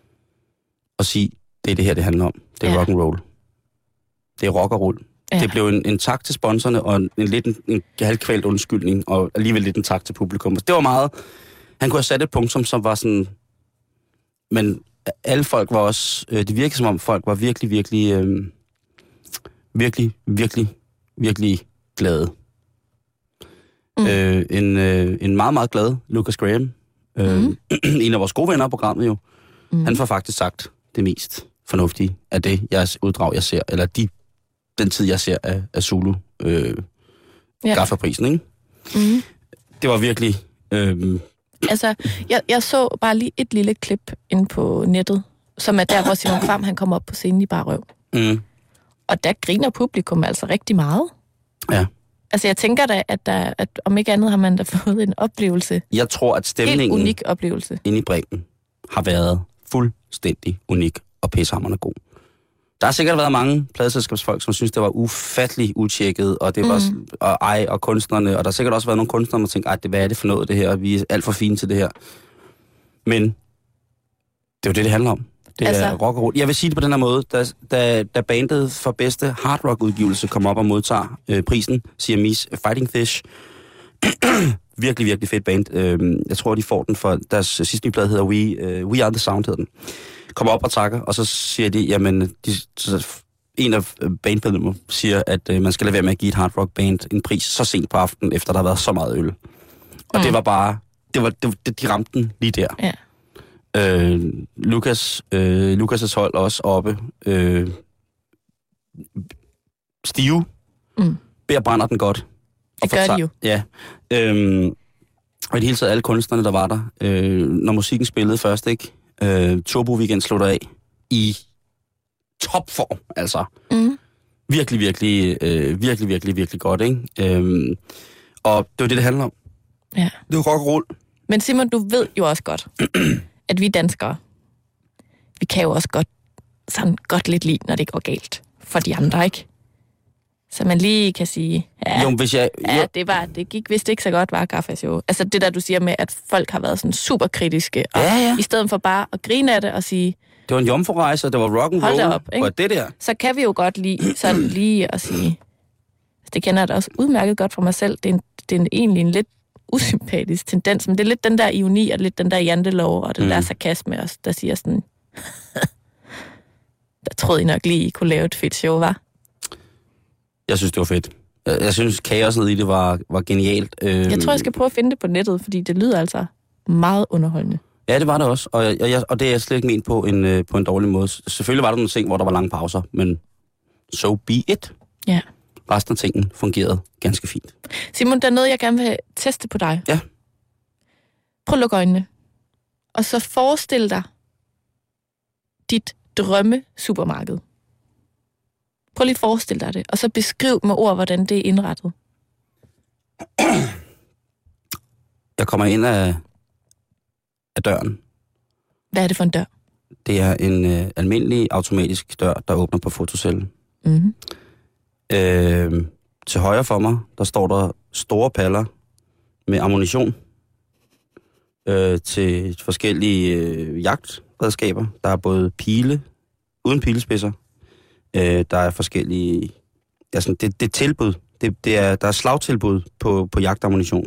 Og sige, det er det her, det handler om. Det er ja. rock and roll. Det er rock og roll. Ja. Det blev en, en tak til sponsorerne, og en, en lidt en, en halvkvælt undskyldning, og alligevel lidt en tak til publikum. Det var meget... Han kunne have sat et punktum, som var sådan... Men alle folk var også... Øh, det virkede som om folk var virkelig, virkelig... Øh, virkelig, virkelig, virkelig glade. Mm. Øh, en, øh, en meget, meget glad Lucas Graham. Øh, mm. En af vores gode venner af programmet jo. Mm. Han får faktisk sagt det mest fornuftige af det, jeg uddrag, jeg ser, eller de, den tid, jeg ser af, af Zulu øh, ja. Gaffaprisen, ikke? Mm. Det var virkelig... Øh, altså, jeg, jeg så bare lige et lille klip inde på nettet, som er der, hvor Simon Kvam, han kommer op på scenen i bare røv. Mm. Og der griner publikum altså rigtig meget. Ja. Altså, jeg tænker da, at, der, at om ikke andet har man da fået en oplevelse. Jeg tror, at stemningen... Helt unik oplevelse. ...inde i Bremen har været fuldstændig unik og pissehammerende god. Der har sikkert været mange pladeselskabsfolk, som synes, det var ufattelig utjekket, og det var mm. og ej, og kunstnerne, og der har sikkert også været nogle kunstnere, der tænker, ej, hvad er det for noget, det her, vi er alt for fine til det her. Men det er jo det, det handler om. Det altså... er rock og roll. Jeg vil sige det på den her måde, da, da, da bandet for bedste hard rock udgivelse kommer op og modtager øh, prisen, Siamese Fighting Fish. virkelig, virkelig fedt band. Øh, jeg tror, de får den for deres sidste nye plade hedder We, uh, We Are The Sound, hedder den. kommer op og takker, og så siger de, jamen, de, så en af bandmedlemmer siger, at øh, man skal lade være med at give et hard rock band en pris så sent på aftenen, efter der har været så meget øl. Og mm. det var bare, det var, det, de ramte den lige der. Ja. Øh, Lukas, øh, Lukas' hold også oppe, øh, stive, mm. beder brænder den godt. Det gør de jo. Ja. Øhm, og i det hele taget alle kunstnerne, der var der, øh, når musikken spillede først, ikke? Øh, Turbo Weekend slutter af i topform, altså. Mm. Virkelig, virkelig, øh, virkelig, virkelig, virkelig godt, ikke? Øhm, og det var det, det handler om. Ja. Det var rock and roll. Men Simon, du ved jo også godt, at vi danskere, vi kan jo også godt, sådan godt lidt lide, når det går galt for de andre, ikke? Så man lige kan sige, ja, jo, hvis jeg, ja det, var, det gik vist ikke så godt, var Gaffas jo. Altså det der, du siger med, at folk har været sådan super kritiske, og ja, ja. i stedet for bare at grine af det og sige, det var en jomfrurejse, og det var rock and roll, op, og det der. Så kan vi jo godt lide sådan lige at sige, det kender jeg da også udmærket godt for mig selv, det er, en, det er en, egentlig en lidt usympatisk tendens, men det er lidt den der ironi, og lidt den der jantelov, og den mm. der sarkasme også, der siger sådan, der troede I nok lige, I kunne lave et fedt show, var? Jeg synes, det var fedt. Jeg, jeg synes, kaoset i det var, var genialt. Øhm, jeg tror, jeg skal prøve at finde det på nettet, fordi det lyder altså meget underholdende. Ja, det var det også, og, jeg, jeg, og det er jeg slet ikke ment på en, øh, på en dårlig måde. Selvfølgelig var der nogle ting, hvor der var lange pauser, men so be it. Ja. Resten af tingene fungerede ganske fint. Simon, der er noget, jeg gerne vil teste på dig. Ja. Prøv at lukke øjnene. Og så forestil dig dit drømme supermarked. Prøv lige at forestille dig det, og så beskriv med ord, hvordan det er indrettet. Jeg kommer ind af, af døren. Hvad er det for en dør? Det er en øh, almindelig automatisk dør, der åbner på fotocellen. Mm-hmm. Øh, til højre for mig, der står der store paller med ammunition øh, til forskellige øh, jagtredskaber. Der er både pile, uden pilespidser. Øh, der er forskellige... Ja, sådan, det, det er tilbud. Det, det er, der er slagtilbud på, på jagtammunition.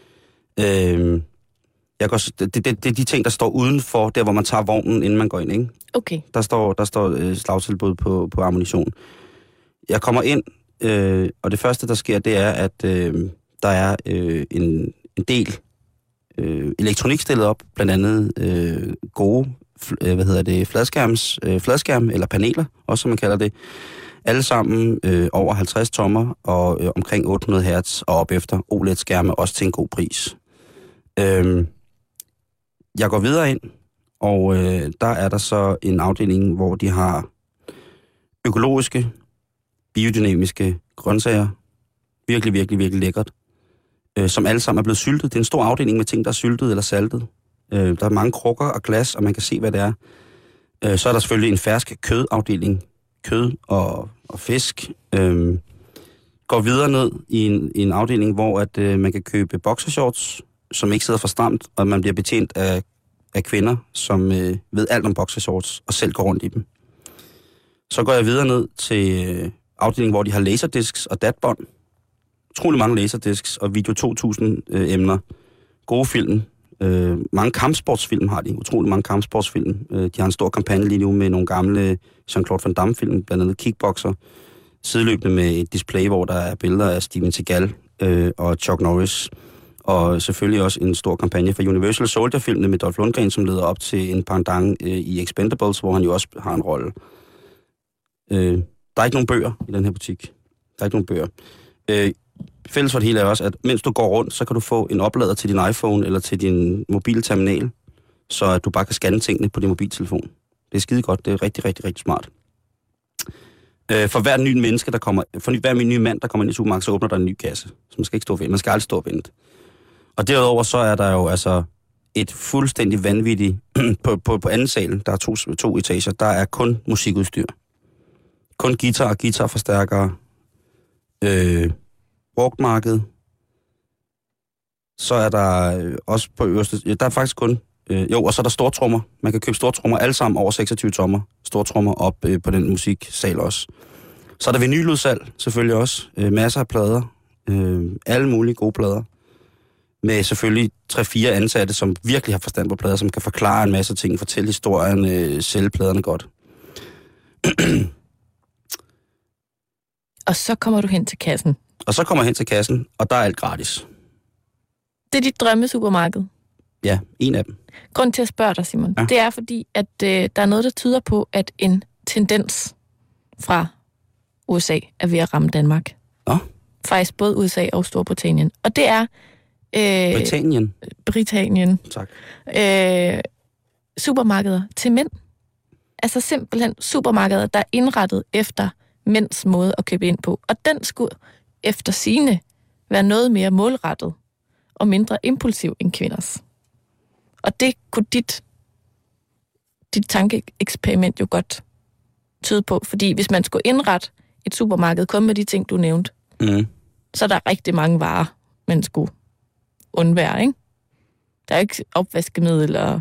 Øh, jeg går, det, det, det er de ting, der står udenfor, der hvor man tager vognen, inden man går ind, ikke? Okay. Der står, der står øh, slagtilbud på, på ammunition. Jeg kommer ind, øh, og det første, der sker, det er, at øh, der er øh, en, en del øh, elektronik stillet op, blandt andet øh, gode øh, hvad hedder det, fladskærms, øh, fladskærm eller paneler, også som man kalder det. Alle sammen øh, over halvtreds tommer og øh, omkring otte hundrede hertz og op efter O L E D-skærme, også til en god pris. Øh, jeg går videre ind, og øh, der er der så en afdeling, hvor de har økologiske, biodynamiske grøntsager. Virkelig, virkelig, virkelig lækkert. Øh, som alle sammen er blevet syltet. Det er en stor afdeling med ting, der er syltet eller saltet. Øh, der er mange krukker og glas, og man kan se, hvad det er. Øh, så er der selvfølgelig en fersk kødafdeling. Kød og, og fisk. Øh, går videre ned i en, i en afdeling, hvor at, øh, man kan købe boxershorts, som ikke sidder for stramt, og man bliver betjent af, af kvinder, som øh, ved alt om boxershorts, og selv går rundt i dem. Så går jeg videre ned til øh, afdelingen, hvor de har laserdiscs og datbånd. Utrolig mange laserdiscs og Video to tusind øh, emner. Gode film. Øh, mange kampsportsfilm har de. Utrolig mange kampsportsfilm. Øh, de har en stor kampagne lige nu med nogle gamle Jean-Claude Van Damme-film, blandt andet Kickboxer. Sideløbende med et display, hvor der er billeder af Steven Seagal øh, og Chuck Norris. Og selvfølgelig også en stor kampagne for Universal Soldier-filmene med Dolph Lundgren, som leder op til en pendant øh, i Expendables, hvor han jo også har en rolle. Øh, der er ikke nogen bøger i den her butik. Der er ikke nogen bøger. Øh, fælles for det hele er også, at mens du går rundt, så kan du få en oplader til din iPhone eller til din mobilterminal, så at du bare kan scanne tingene på din mobiltelefon. Det er skide godt. Det er rigtig, rigtig, rigtig smart. Øh, for hver ny menneske, der kommer, for hver ny mand, der kommer ind i supermarkedet, så åbner der en ny kasse. Så man skal ikke stå og vente. Man skal aldrig stå og vente. Og derudover så er der jo altså et fuldstændig vanvittigt, på, på, på anden sal, der er to, to etager, der er kun musikudstyr. Kun guitar og guitarforstærkere. Øh, brugtmarked. Så er der øh, også på øverste... Ja, der er faktisk kun... Øh, jo, og så er der stortrummer. Man kan købe stortrummer, alle sammen over seksogtyve tommer. Stortrummer op øh, på den musiksal også. Så er der vinyludsalg selvfølgelig også. Øh, masser af plader. Øh, alle mulige gode plader. med selvfølgelig tre-fire ansatte, som virkelig har forstand på plader, som kan forklare en masse ting, fortælle historien, øh, sælge pladerne godt. Og så kommer du hen til kassen. Og så kommer jeg hen til kassen, og der er alt gratis. Det er dit drømmesupermarked. Ja, en af dem. Grunden til at spørge dig, Simon, ja. det er fordi, at øh, der er noget, der tyder på, at en tendens fra U S A er ved at ramme Danmark. Nå? Faktisk både U S A og Storbritannien. Og det er... Øh, Britannien. Britannien. Tak. Øh, supermarkeder til mænd. Altså simpelthen supermarkeder, der er indrettet efter mænds måde at købe ind på. Og den skulle efter sigende være noget mere målrettet og mindre impulsiv end kvinders. Og det kunne dit, dit tankeeksperiment jo godt tyde på, fordi hvis man skulle indrette et supermarked kun med de ting, du nævnte, mm. så er der rigtig mange varer, man skulle undvære, ikke? Der er ikke opvaskemiddel og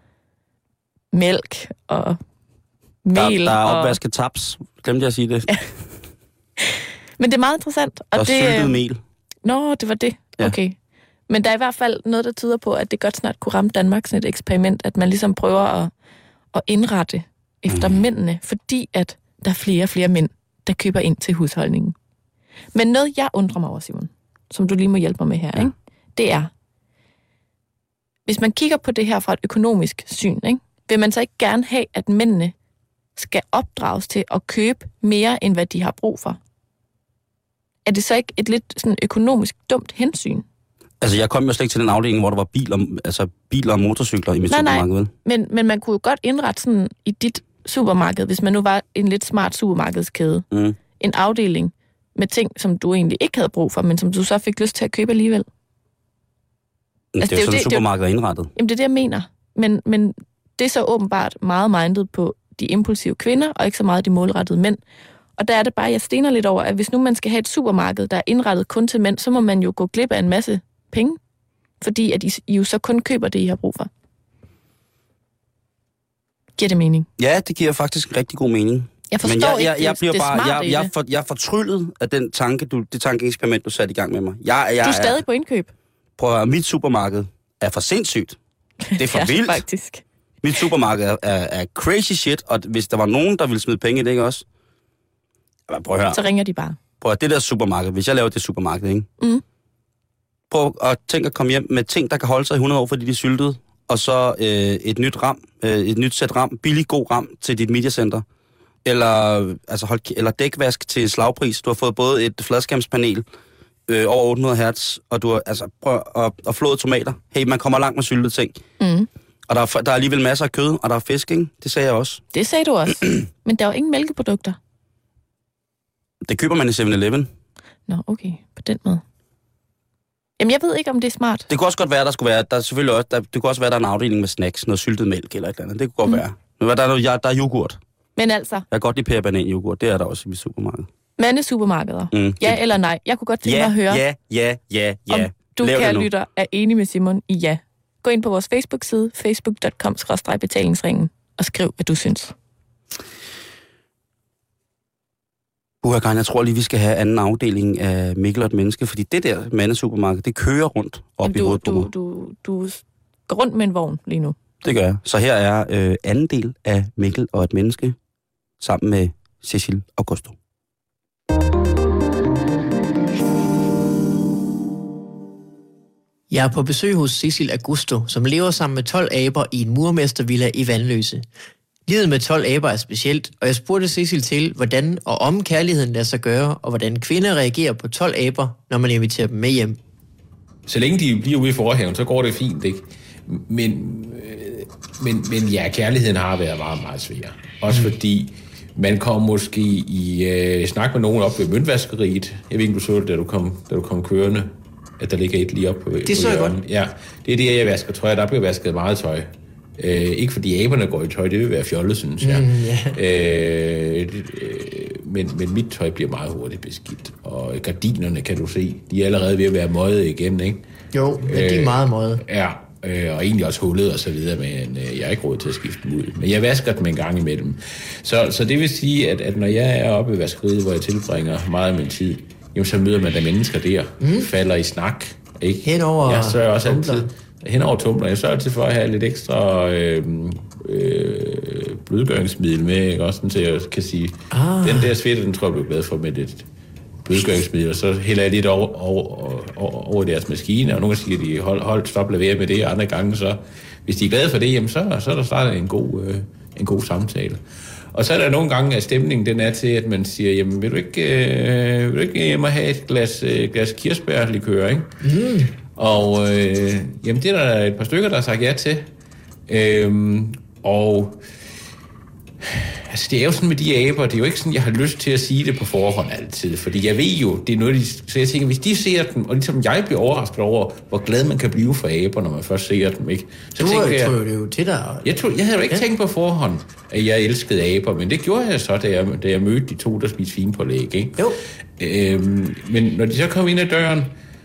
mælk og mel. Der, der er og... opvasket taps. Glemte jeg at sige det. Ja. Men det er meget interessant. Og, og det, syltet mel. Nå, det var det. Ja. Okay. Men der er i hvert fald noget, der tyder på, at det godt snart kunne ramme Danmark sådan et eksperiment, at man ligesom prøver at, at indrette efter mm. mændene, fordi at der er flere og flere mænd, der køber ind til husholdningen. Men noget, jeg undrer mig over, Simon, som du lige må hjælpe mig med her, ja. ikke? Det er, hvis man kigger på det her fra et økonomisk syn, ikke? Vil man så ikke gerne have, at mændene skal opdrages til at købe mere, end hvad de har brug for? Er det så ikke et lidt sådan økonomisk dumt hensyn? Altså, jeg kom jo slet ikke til den afdeling, hvor der var biler, altså biler og motorcykler i mit nej, supermarked. Nej, men, men man kunne jo godt indrette sådan i dit supermarked, hvis man nu var en lidt smart supermarkedskæde. Mm. En afdeling med ting, som du egentlig ikke havde brug for, men som du så fik lyst til at købe alligevel. Altså, det er jo sådan, det, supermarkedet er indrettet. Jamen, det er det, jeg mener. Men, men det er så åbenbart meget mindet på de impulsive kvinder, og ikke så meget de målrettede mænd. Og der er det bare, jeg stener lidt over, at hvis nu man skal have et supermarked, der er indrettet kun til mænd, så må man jo gå glip af en masse penge, fordi at I, I jo så kun køber det, I har brug for. Giver det mening? Ja, det giver faktisk en rigtig god mening. Jeg forstår Men jeg, ikke, jeg, jeg, det, bliver det bare, smarte jeg, i jeg, det. for, jeg er fortryllet af den tanke, du, det tankeeksperiment, du satte i gang med mig. Jeg, jeg, du er stadig er, på indkøb. Prøv at høre, mit supermarked er for sindssygt. Det er for ja, vildt. faktisk. Mit supermarked er, er, er crazy shit, og hvis der var nogen, der ville smide penge i det, ikke også? Prøv at høre. Så ringer de bare. Prøv at høre, det der supermarked, hvis jeg laver det supermarked, ikke? Mm. Prøv at tænke at komme hjem med ting, der kan holde sig i hundrede år, fordi de er syltede, og så øh, et nyt ram, øh, et nyt sæt ram, billig god ram til dit mediacenter, eller, altså hold, eller dækvask til slagpris. Du har fået både et fladskærmspanel øh, over otte hundrede hertz, og du har, altså, prøv at, og flåede tomater. Hey, man kommer langt med syltede ting. Mm. Og der er, der er alligevel masser af kød, og der er fisk, ikke? Det sagde jeg også. Det sagde du også. Men der er jo ingen mælkeprodukter. Det køber man i seven eleven. Nå, okay. På den måde. Jamen, jeg ved ikke, om det er smart. Det kunne også godt være, der skulle være, der er selvfølgelig også, der, det kunne også være, der er en afdeling med snacks, noget syltet mælk eller et eller andet. Det kunne godt mm. være. Men der er, noget, der er yoghurt. Men altså... Jeg kan godt lide pærebanan yoghurt, det er der også i mit supermarked. Mandesupermarkeder. Mm. Ja eller nej? Jeg kunne godt tænke ja, mig at høre, ja, ja, ja, ja. om du, kære lytter, er enig med Simon i ja. Gå ind på vores Facebook-side, facebook punktum com skråstreg betalingsringen, og skriv, hvad du synes. Uha, Karen, jeg tror lige, vi skal have anden afdeling af Mikkel og et menneske, fordi det der mandesupermarked, det kører rundt op Jamen, i du, hovedet på du, mig. du, du går rundt med en vogn lige nu. Det gør jeg. Så her er øh, anden del af Mikkel og et menneske, sammen med Cecil Augusto. Jeg er på besøg hos Cecil Augusto, som lever sammen med tolv aber i en murmestervilla i Vanløse. Livet med tolv aber er specielt, og jeg spurgte Cecil til, hvordan og om kærligheden lader sig gøre, og hvordan kvinder reagerer på tolv aber, når man inviterer dem med hjem. Så længe de bliver ude i forhaven, så går det fint, ikke? Men, men, men ja, kærligheden har været meget, meget svær. Også mm. fordi man kom måske i øh, snak med nogen op ved møntvaskeriet. Jeg ved ikke, du så det, da du kom, da du kom kørende, at der ligger et lige op på hjørnet. Det så jeg godt. Ja, det er det, jeg vasker tøj. Der bliver vasket meget tøj. Øh, ikke fordi aberne går i tøj, det vil være fjollet, synes jeg. Mm, yeah. øh, øh, men, men mit tøj bliver meget hurtigt beskidt. Og gardinerne, kan du se, de er allerede ved at være møjet igen, ikke? Jo, men de er meget møjet. Ja, øh, og egentlig også hullet og så videre, men øh, jeg er ikke råd til at skifte dem ud. Men jeg vasker dem en gang imellem. Så, så det vil sige, at, at når jeg er oppe i vaskeriet, hvor jeg tilbringer meget af min tid, jamen, så møder man der mennesker der, mm. falder i snak, Ikke? Hen over jeg sørger også tumbleren. altid, hen over tumbleren. Jeg sørger altid for at have lidt ekstra øh, øh, blødgøringsmiddel med, ikke? Også sådan, så jeg kan sige, ah. den der svætte, den tror jeg, jeg bliver glad for med lidt blødgøringsmiddel, og så hælder jeg lidt over, over, over, over deres maskine, og nogle siger, de hold, hold stop, lad være med det, og andre gange, så hvis de er glade for det, jamen, så, så er der startet en god, øh, en god samtale. Og så er der nogle gange, at stemningen den er til, at man siger, jamen, vil du ikke, øh, vil du ikke hjemme have et glas, øh, glas kirsebærlikør, ikke? Mm. Og øh, jamen, det er der et par stykker, der har sagt ja til. Øhm, og altså, det er jo sådan med de aber, det er jo ikke sådan, jeg har lyst til at sige det på forhånd altid, fordi jeg ved jo, det er noget, de, så jeg tænker, hvis de ser dem, og ligesom jeg bliver overrasket over, hvor glad man kan blive for aber, når man først ser dem, ikke? Så du tænker jeg, tror jo det jo til dig. Jeg, tog, jeg havde jo ikke ja. tænkt på forhånd, at jeg elskede aber, men det gjorde jeg så, da jeg, da jeg mødte de to, der spiste finpålæg, ikke? Jo. Øhm, men når de så kom ind ad døren,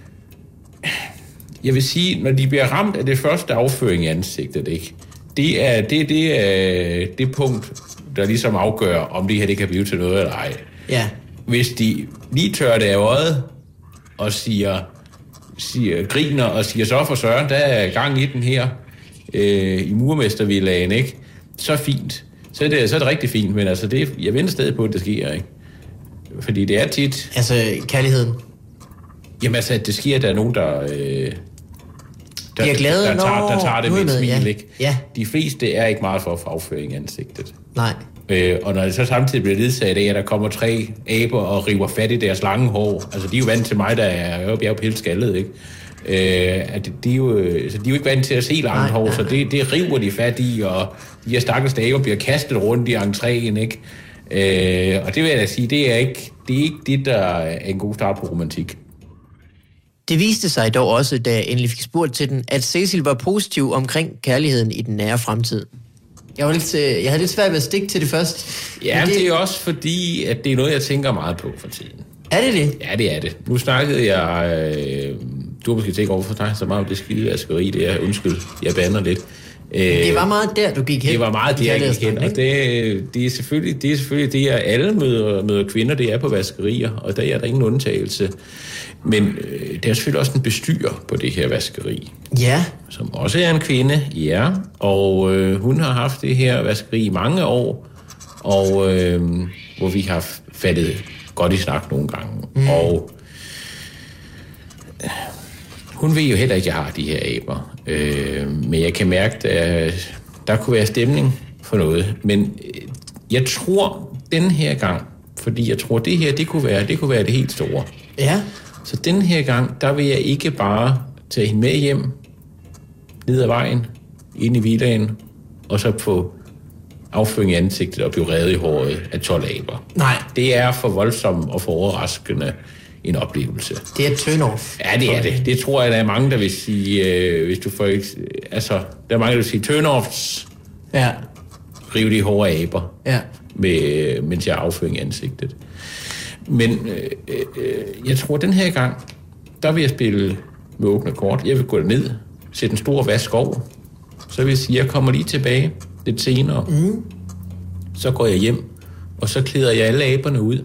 jeg vil sige, når de bliver ramt af det første afføring i ansigtet, ikke? Det er det, det, er det punkt, der ligesom afgør, om det her det kan blive til noget eller ej. Ja. Hvis de lige tør det af øjet, og siger, siger, griner og siger, så for søren, der er gang i den her, øh, i murmestervillagen, ikke? Så fint. Så er, det, så er det rigtig fint, men altså, det, jeg venter stadig på, at det sker, ikke? Fordi det er tit... Altså, kærligheden. Jamen altså, det sker, at der er nogen, der... Øh, der, de er glade, der, der, tager, der tager det med et smil, ja. ikke? Ja. De fleste er ikke meget for at få afføring i ansigtet. Nej. Øh, og når det så samtidig bliver ledsaget af, at der kommer tre aber og river fat i deres lange hår, altså de er jo vant til mig, der er jo, jeg er jo helt skaldet, ikke? Øh, at de, er jo, så de er jo ikke vant til at se langt nej, hår, nej. Så det, det river de fat i, og de her stakkels aber bliver kastet rundt i entréen, ikke? Øh, og det vil jeg da sige, det er ikke det, er ikke det der er en god start på romantik. Det viste sig dog også, da jeg endelig fik spurgt til den, at Cecil var positiv omkring kærligheden i den nære fremtid. Jeg, var lidt, jeg havde lidt svært ved at stikke til det først. Ja, det... det er også fordi, at det er noget, jeg tænker meget på for tiden. Er det det? Ja, det er det. Nu snakkede jeg... Øh, du har måske tænkt over for dig så meget om det skidevaskeri, det er undskyld, jeg bander lidt. Øh, det var meget der, du gik hen. Det var meget der, jeg gik hen, og det, det, er selvfølgelig, det er selvfølgelig det, at alle møder, møder kvinder, det er på vaskerier, og der er der ingen undtagelse. Men øh, der er selvfølgelig også en bestyrer på det her vaskeri. Ja. Som også er en kvinde, ja. Og øh, hun har haft det her vaskeri i mange år, og øh, hvor vi har faldet godt i snak nogle gange. Mm. Og øh, hun ved jo heller ikke, at jeg har de her aber. Øh, men jeg kan mærke, at der kunne være stemning for noget. Men øh, jeg tror, den her gang, fordi jeg tror, det her, det kunne være det, kunne være det helt store. Ja. Så den her gang, der vil jeg ikke bare tage hende med hjem, ned ad vejen, ind i villaen, og så få afføring i ansigtet og blive revet i håret af tolv aber. Nej. Det er for voldsomt og for overraskende en oplevelse. Det er turn-off. Ja, det er det. Det tror jeg, der er mange, der vil sige, øh, hvis du får... Altså, der er mange, der vil sige turn-offs. Ja. Rive de hårde aber. Ja. Med, mens jeg har afføring i ansigtet. Men øh, øh, jeg tror, den her gang, der vil jeg spille med åbne kort. Jeg vil gå ned, sætte en stor vask over. Så vil jeg sige, jeg kommer lige tilbage lidt senere. Mm. Så går jeg hjem, og så klæder jeg alle aberne ud.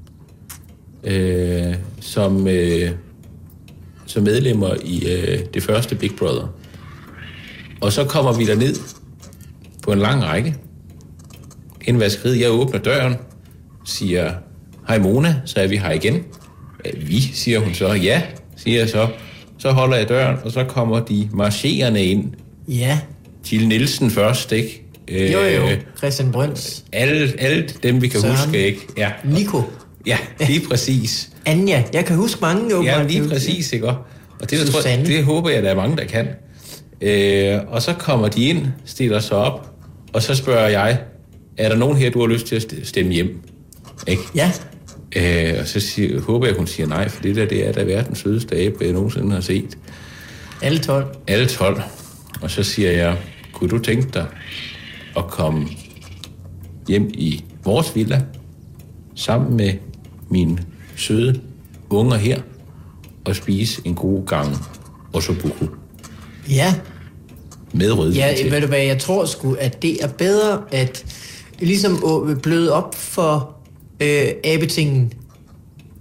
Øh, som, øh, som medlemmer i øh, det første Big Brother. Og så kommer vi derned på en lang række. En vaskeriet, jeg åbner døren, siger... Hej Mona, så er vi her igen. Vi, siger hun så. Ja, siger jeg så. Så holder jeg døren, og så kommer de marcherende ind. Ja. Jill Nielsen først, ikke? Jo, jo. Christian Brøns. Alle, alle dem, vi kan Søren. Huske, ikke? Ja. Nico. Ja, lige præcis. Anja. Jeg kan huske mange. Jo, ja, lige præcis, ikke? Og det, der, tror, det håber jeg, der er mange, der kan. Øh, og så kommer de ind, stiller sig op, og så spørger jeg, er der nogen her, du har lyst til at stemme hjem? Ikke? Ja. Øh, og så siger, håber jeg, hun siger nej, for det der, det er da verdens sødeste abe, jeg nogensinde har set. Alle tolv. Alle tolv. Og så siger jeg, kunne du tænke dig at komme hjem i vores villa, sammen med mine søde unger her, og spise en god gang ossobuco? Ja. Med rødvin ja, til. Ved du hvad, jeg tror sgu, at det er bedre at ligesom bløde op for øh, abetingen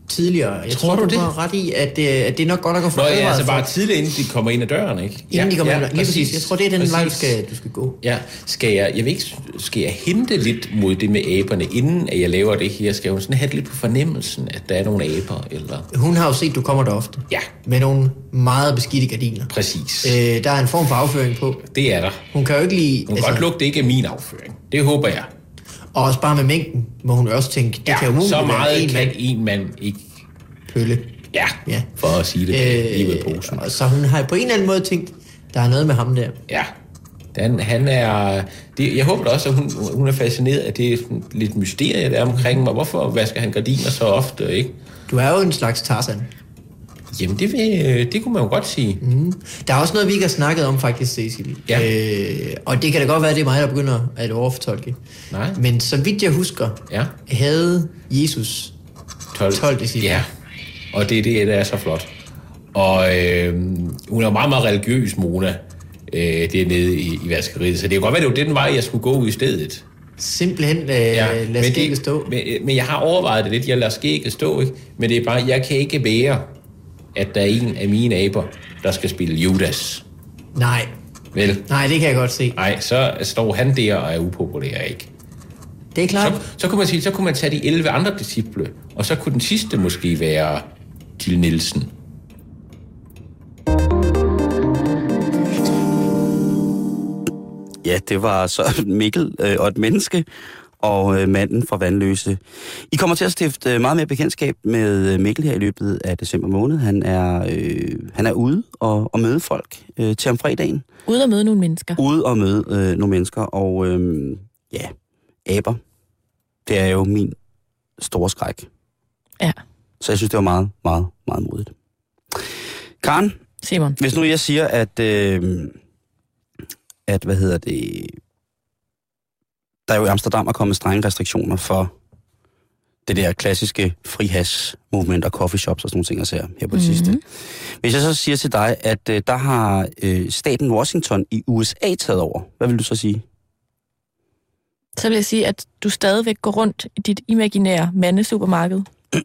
tidligere. Jeg tror, tror du, du har ret i, at, at det er nok godt at gå for. Nå, ja, altså bare tidligere, inden de kommer ind ad døren, ikke? Inden ja, de kommer ja, ind. Lige præcis. Jeg tror, det er den vej, du skal, du skal gå. Ja. Skal jeg, jeg ved ikke, skal jeg hente lidt mod det med aberne, inden at jeg laver det her? Skal hun sådan have lidt på fornemmelsen, at der er nogle aber, eller? Hun har jo set, at du kommer der ofte. Ja. Med nogle meget beskidte gardiner. Præcis. Øh, der er en form for afføring på. Det er der. Hun kan jo ikke lide... Hun kan altså, godt lugte, det ikke er min afføring. Det håber jeg. Og også bare med mængden, må hun også tænke, det ja, kan jo muligt så meget en kan mand. en mand ikke... Pølle. Ja, ja, for at sige det øh, lige med posen. Så hun har på en eller anden måde tænkt, der er noget med ham der. Ja, den, han er... Det, jeg håber også, at hun, hun er fascineret af det lidt mysterie, der er omkring mig. Hvorfor vasker han gardiner så ofte, ikke? Du er jo en slags Tarzan. Jamen, det, vil, det kunne man jo godt sige. Mm. Der er også noget, vi ikke har snakket om faktisk, Cecil. Ja. Øh, og det kan da godt være, det er mig, der begynder at overfortolke. Nej. Men så vidt jeg husker, ja. havde Jesus tolv, tolv disciple. Ja, og det er det, der er så flot. Og øh, hun er meget, meget religiøs, Mona, øh, dernede i, i vaskeriet. Så det kan godt være, det var den vej, jeg skulle gå i stedet. Simpelthen øh, ja, lad skægget stå. Men, men jeg har overvejet det lidt. Jeg lader skægget stå, ikke? Men det er bare, jeg kan ikke være, at der er en af mine aber, der skal spille Judas. Nej. Vel? Nej, det kan jeg godt se. Nej, så står han der og er upopulær, ikke? Det er klart. Så, så, kunne man sige, så kunne man tage de elleve andre disciple, og så kunne den sidste måske være Til Nielsen. Ja, det var så Mikkel øh, og et menneske og øh, manden fra Vandløse. I kommer til at stifte meget mere bekendtskab med Mikkel her i løbet af december måned. Han er, øh, han er ude og, og møde folk øh, til om fredagen. Ude og møde nogle mennesker. Ude og møde øh, nogle mennesker, og øh, ja, aber. Det er jo min store skræk. Ja. Så jeg synes, det var meget, meget, meget modigt. Karen, Simon. Hvis nu jeg siger, at, øh, at hvad hedder det, der er jo i Amsterdam er kommet strenge restriktioner for det der klassiske frihash-movement og coffeeshops og sådan nogle ting, jeg ser her på det mm-hmm. sidste. Hvis jeg så siger til dig, at øh, der har øh, staten Washington i U S A taget over, hvad vil du så sige? Så vil jeg sige, at du stadigvæk går rundt i dit imaginære mandesupermarked.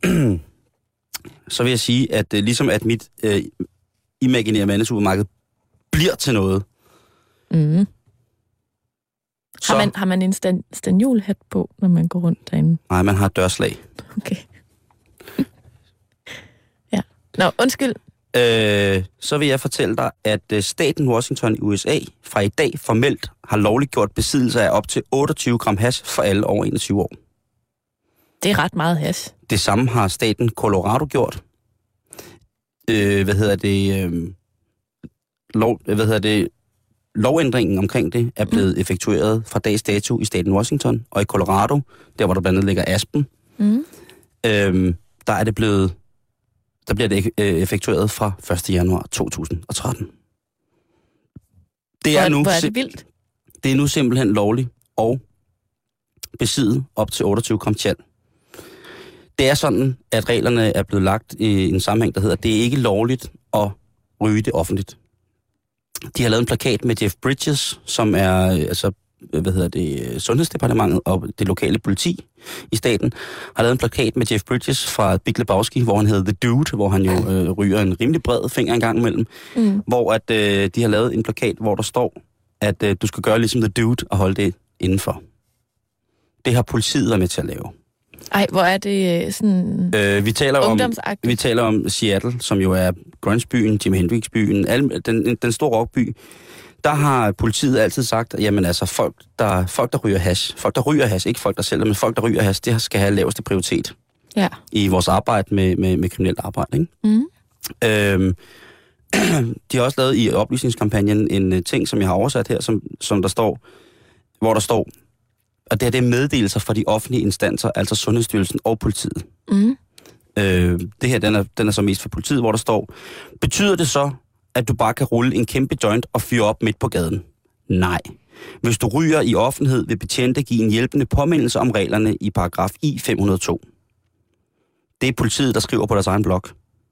Så vil jeg sige, at øh, ligesom at mit øh, imaginære mandesupermarked bliver til noget. Mm. Så... Har, man, har man en stan, stanjolhat på, når man går rundt derinde? Nej, man har et dørslag. Okay. Ja. Nå, undskyld. Øh, så vil jeg fortælle dig, at øh, staten Washington i U S A fra i dag formelt har lovligt gjort besiddelse af op til otteogtyve gram hash for alle over enogtyve år. Det er ret meget hash. Det samme har staten Colorado gjort. Øh, hvad hedder det? Øh, lov, hvad hedder det? Lovændringen omkring det er blevet mm. effektueret fra dags dato i staten Washington, og i Colorado, der hvor der blandt andet ligger Aspen, mm. øh, der er det blevet, der bliver det effektueret fra første januar to tusind og tretten. Det er, nu, hvor er det vildt? Det er nu simpelthen lovligt at besidde op til otteogtyve gram tjal. Det er sådan, at reglerne er blevet lagt i en sammenhæng, der hedder, det er ikke lovligt at ryge det offentligt. De har lavet en plakat med Jeff Bridges, som er altså, hvad hedder det, Sundhedsdepartementet og det lokale politi i staten, har lavet en plakat med Jeff Bridges fra Big Lebowski, hvor han hedder The Dude, hvor han jo øh, ryger en rimelig bred finger en gang imellem, mm. hvor at, øh, de har lavet en plakat, hvor der står, at øh, du skal gøre ligesom The Dude og holde det indenfor. Det har politiet været med til at lave. Ej, hvor er det sådan øh, vi taler om, vi taler om Seattle, som jo er grunge-byen, Jimi Hendrix-byen, alle, den, den store rockby. Der har politiet altid sagt, at jamen, altså, folk, der, folk, der ryger hash, folk, der ryger hash, ikke folk, der sælger, men folk, der ryger hash, det skal have laveste prioritet ja. i vores arbejde med, med, med kriminelt arbejde. Ikke? Mm. Øhm, de har også lavet i oplysningskampagnen en uh, ting, som jeg har oversat her, som, som der står, hvor der står, og det er det meddelelser fra de offentlige instanser, altså Sundhedsstyrelsen og politiet. Mm. Øh, det her, den er, den er så mest for politiet, hvor der står, betyder det så, at du bare kan rulle en kæmpe joint og fyre op midt på gaden? Nej. Hvis du ryger i offentlighed, vil betjente give en hjælpende påmindelse om reglerne i paragraf I fem hundrede og to. Det er politiet, der skriver på deres egen blog.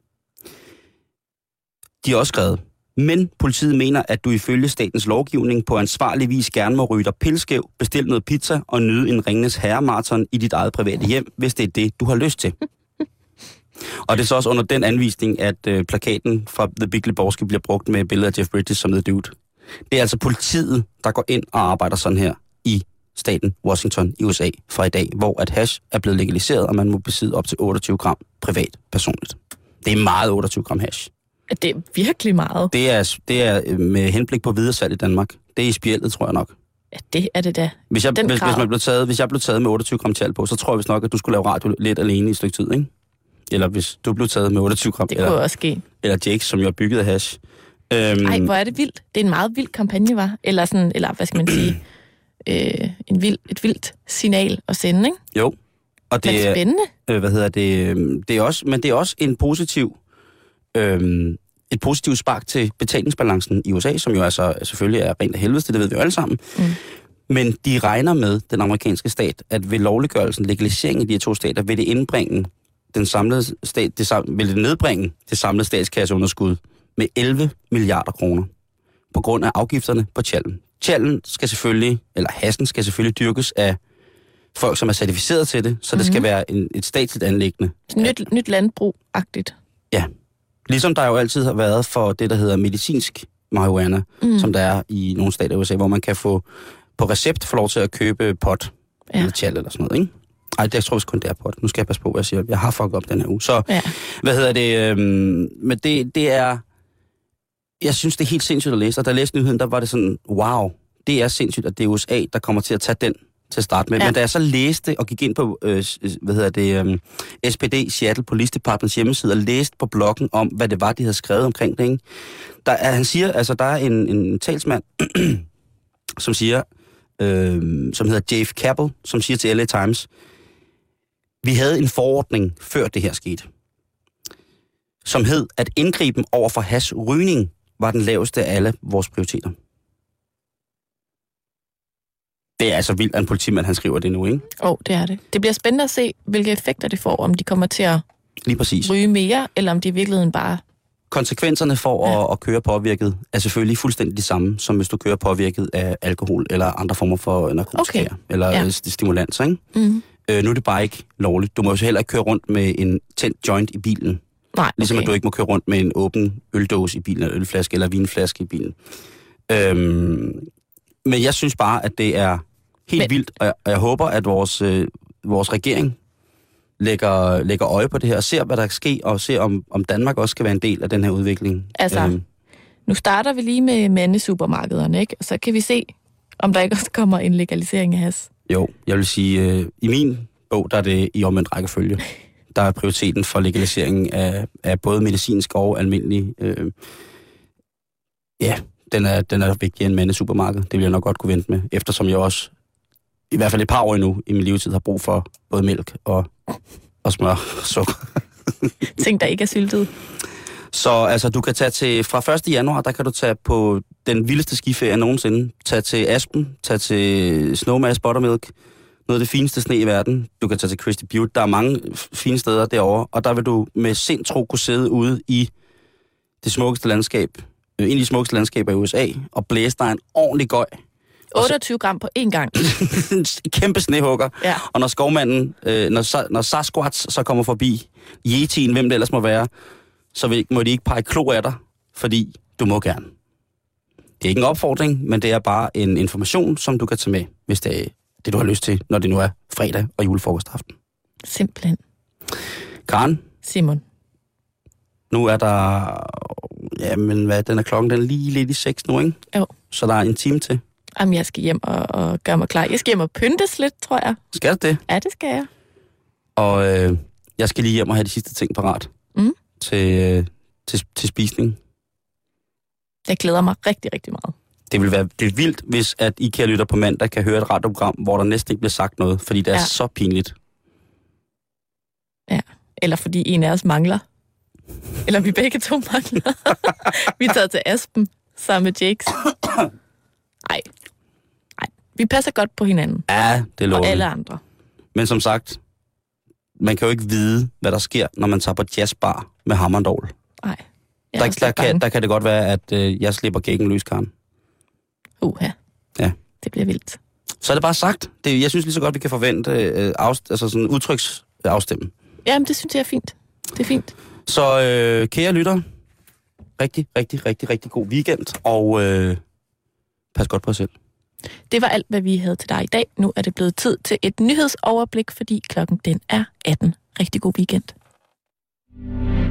De har også skrevet, men politiet mener, at du ifølge statens lovgivning på ansvarlig vis gerne må ryge dig pilskæv, bestille noget pizza og nyde en Ringenes Herre-marathon i dit eget private hjem, hvis det er det, du har lyst til. Og det er så også under den anvisning, at øh, plakaten fra The Big Lebowski bliver brugt med billeder af Jeff Bridges som The Dude. Det er altså politiet, der går ind og arbejder sådan her i staten Washington i U S A fra i dag, hvor at hash er blevet legaliseret, og man må besidde op til otteogtyve gram privat personligt. Det er meget otteogtyve gram hash. Det er virkelig meget. Det er, det er med henblik på videresalg i Danmark. Det er i spjældet, tror jeg nok. Ja, det er det da. Hvis jeg, hvis, hvis, man blev taget, hvis jeg blev taget med otteogtyve gram tjal på, så tror jeg vist nok, at du skulle lave radio lidt alene i et stykke tid, ikke? Eller hvis du blev taget med otteogtyve gram. Det kunne eller, også ske. Eller Jake, som jo er bygget af hash. Øhm, Ej, hvor er det vildt. Det er en meget vild kampagne, var. Eller sådan, eller hvad skal man sige, øh, en vild, et vildt signal at sende, ikke? Jo. Og det, men spændende. Øh, hvad hedder det? Det er også, men det er også en positiv, øh, et positivt spark til betalingsbalancen i U S A, som jo altså selvfølgelig er rent af helvede, det ved vi jo alle sammen. Mm. Men de regner med, den amerikanske stat, at ved lovliggørelsen, legaliseringen i de her to stater, vil det indbringe den samlede stat, det, vil det nedbringe det samlede statskasseunderskud med elleve milliarder kroner på grund af afgifterne på tjallen. Tjallen skal selvfølgelig, eller hassen skal selvfølgelig dyrkes af folk, som er certificeret til det, så mm-hmm. det skal være en, et statsligt anliggende. Nyt, nyt landbrug-agtigt. Ja. Ligesom der jo altid har været for det, der hedder medicinsk marihuana, mm. som der er i nogle stater i U S A, hvor man kan få på recept få lov til at købe pot, ja. Eller tjal eller sådan noget, ikke? Ej, det jeg tror jeg kun det er pot. Nu skal jeg passe på, hvad jeg siger. Jeg har fucket op den her uge. Så, ja. Hvad hedder det? Øhm, men det, det er... Jeg synes, det er helt sindssygt at læse. Og da jeg læste nyheden, der var det sådan, wow, det er sindssygt, at det er U S A, der kommer til at tage den til at starte med. Ja. Men da jeg så læste og gik ind på, øh, hvad hedder det, øh, S P D, Seattle Police Departments hjemmeside, og læste på bloggen om, hvad det var, de havde skrevet omkring det, ikke? Der er, han siger, altså der er en, en talsmand, som siger, øh, som hedder Jave Campbell, som siger til L A Times, vi havde en forordning, før det her skete, som hed, at indgriben over for hashrygning var den laveste af alle vores prioriteter. Det er altså vildt, at en politimand, han skriver det nu, ikke? Åh, oh, det er det. Det bliver spændende at se, hvilke effekter det får, om de kommer til at Lige præcis. ryge mere, eller om de i virkeligheden bare... Konsekvenserne for ja. at, at køre påvirket er selvfølgelig fuldstændig de samme, som hvis du kører påvirket af alkohol eller andre former for narkotika okay. eller ja. stimulans, ikke? Mm-hmm. Øh, nu er det bare ikke lovligt. Du må jo så heller ikke køre rundt med en tændt joint i bilen. Nej, okay. Ligesom at du ikke må køre rundt med en åben øldåse i bilen, eller ølflaske eller vinflaske i bilen. Øhm, men jeg synes bare, at det er helt men... vildt, og jeg, og jeg håber, at vores, øh, vores regering lægger, lægger øje på det her, og ser, hvad der kan ske, og ser, om, om Danmark også skal være en del af den her udvikling. Altså, øhm. nu starter vi lige med mandesupermarkederne, ikke? Og så kan vi se, om der ikke også kommer en legalisering af has. Jo, jeg vil sige, øh, i min bog, der er det i omvendt rækkefølge. Der er prioriteten for legaliseringen af, af både medicinsk og almindelig. Øh, ja, den er, den er vigtigere end mandesupermarked. Det vil jeg nok godt kunne vente med, eftersom jeg også, i hvert fald et par år endnu i min levetid, har brug for både mælk og, og smør og sukker. Ting, der ikke er syltet. Så altså, du kan tage til, fra første januar, der kan du tage på den vildeste skiferie nogensinde. Tag til Aspen, tag til Snowmass Buttermilk, noget af det fineste sne i verden. Du kan tage til Christie Butte. Der er mange fine steder derovre, og der vil du med sindtro kunne sidde ude i det smukkeste landskab, øh, en af de smukkeste landskaber i U S A, og blæse dig en ordentlig gøj. otteogtyve gram på én gang. Kæmpe snehugger. Ja. Og når skovmanden, øh, når, når Sasquatch så kommer forbi, Yetien, hvem det ellers må være, så vil, må de ikke pege klo af dig, fordi du må gerne. Det er ikke en opfordring, men det er bare en information, som du kan tage med, hvis det er det, du har lyst til, når det nu er fredag og julefrokostaften. Simpelthen. Karen? Simon? Nu er der... Jamen, hvad? Den er klokken, den er lige lidt i seks nu, ikke? Jo. Så der er en time til. Jamen, jeg skal hjem og, og gøre mig klar. Jeg skal hjem og pyntes lidt, tror jeg. Skal du det? Ja, det skal jeg. Og øh, jeg skal lige hjem og have de sidste ting parat mm. til, øh, til, til spisning. Jeg glæder mig rigtig, rigtig meget. Det vil være det er vildt, hvis at I kan lytte på mandag, kan høre et radioprogram, hvor der næsten ikke bliver sagt noget, fordi det er ja. så pinligt. Ja, eller fordi en af os mangler. Eller vi begge to mangler. Vi tager til Aspen sammen med Jakes. Ej. Ej. Vi passer godt på hinanden. Ja, det lover og alle andre. Men som sagt, man kan jo ikke vide, hvad der sker, når man tager på jazzbar med Hammondal. Nej. Der, der, kan, der kan det godt være, at øh, jeg slipper gækken løs, Karen. Uha. Ja. Det bliver vildt. Så er det bare sagt. Det, jeg synes lige så godt, vi kan forvente øh, afst- altså sådan udtryksafstemme. Jamen, det synes jeg er fint. Det er fint. Så øh, kære lytter, rigtig, rigtig, rigtig, rigtig god weekend, og øh, pas godt på jer selv. Det var alt, hvad vi havde til dig i dag. Nu er det blevet tid til et nyhedsoverblik, fordi klokken den er atten. Rigtig god weekend.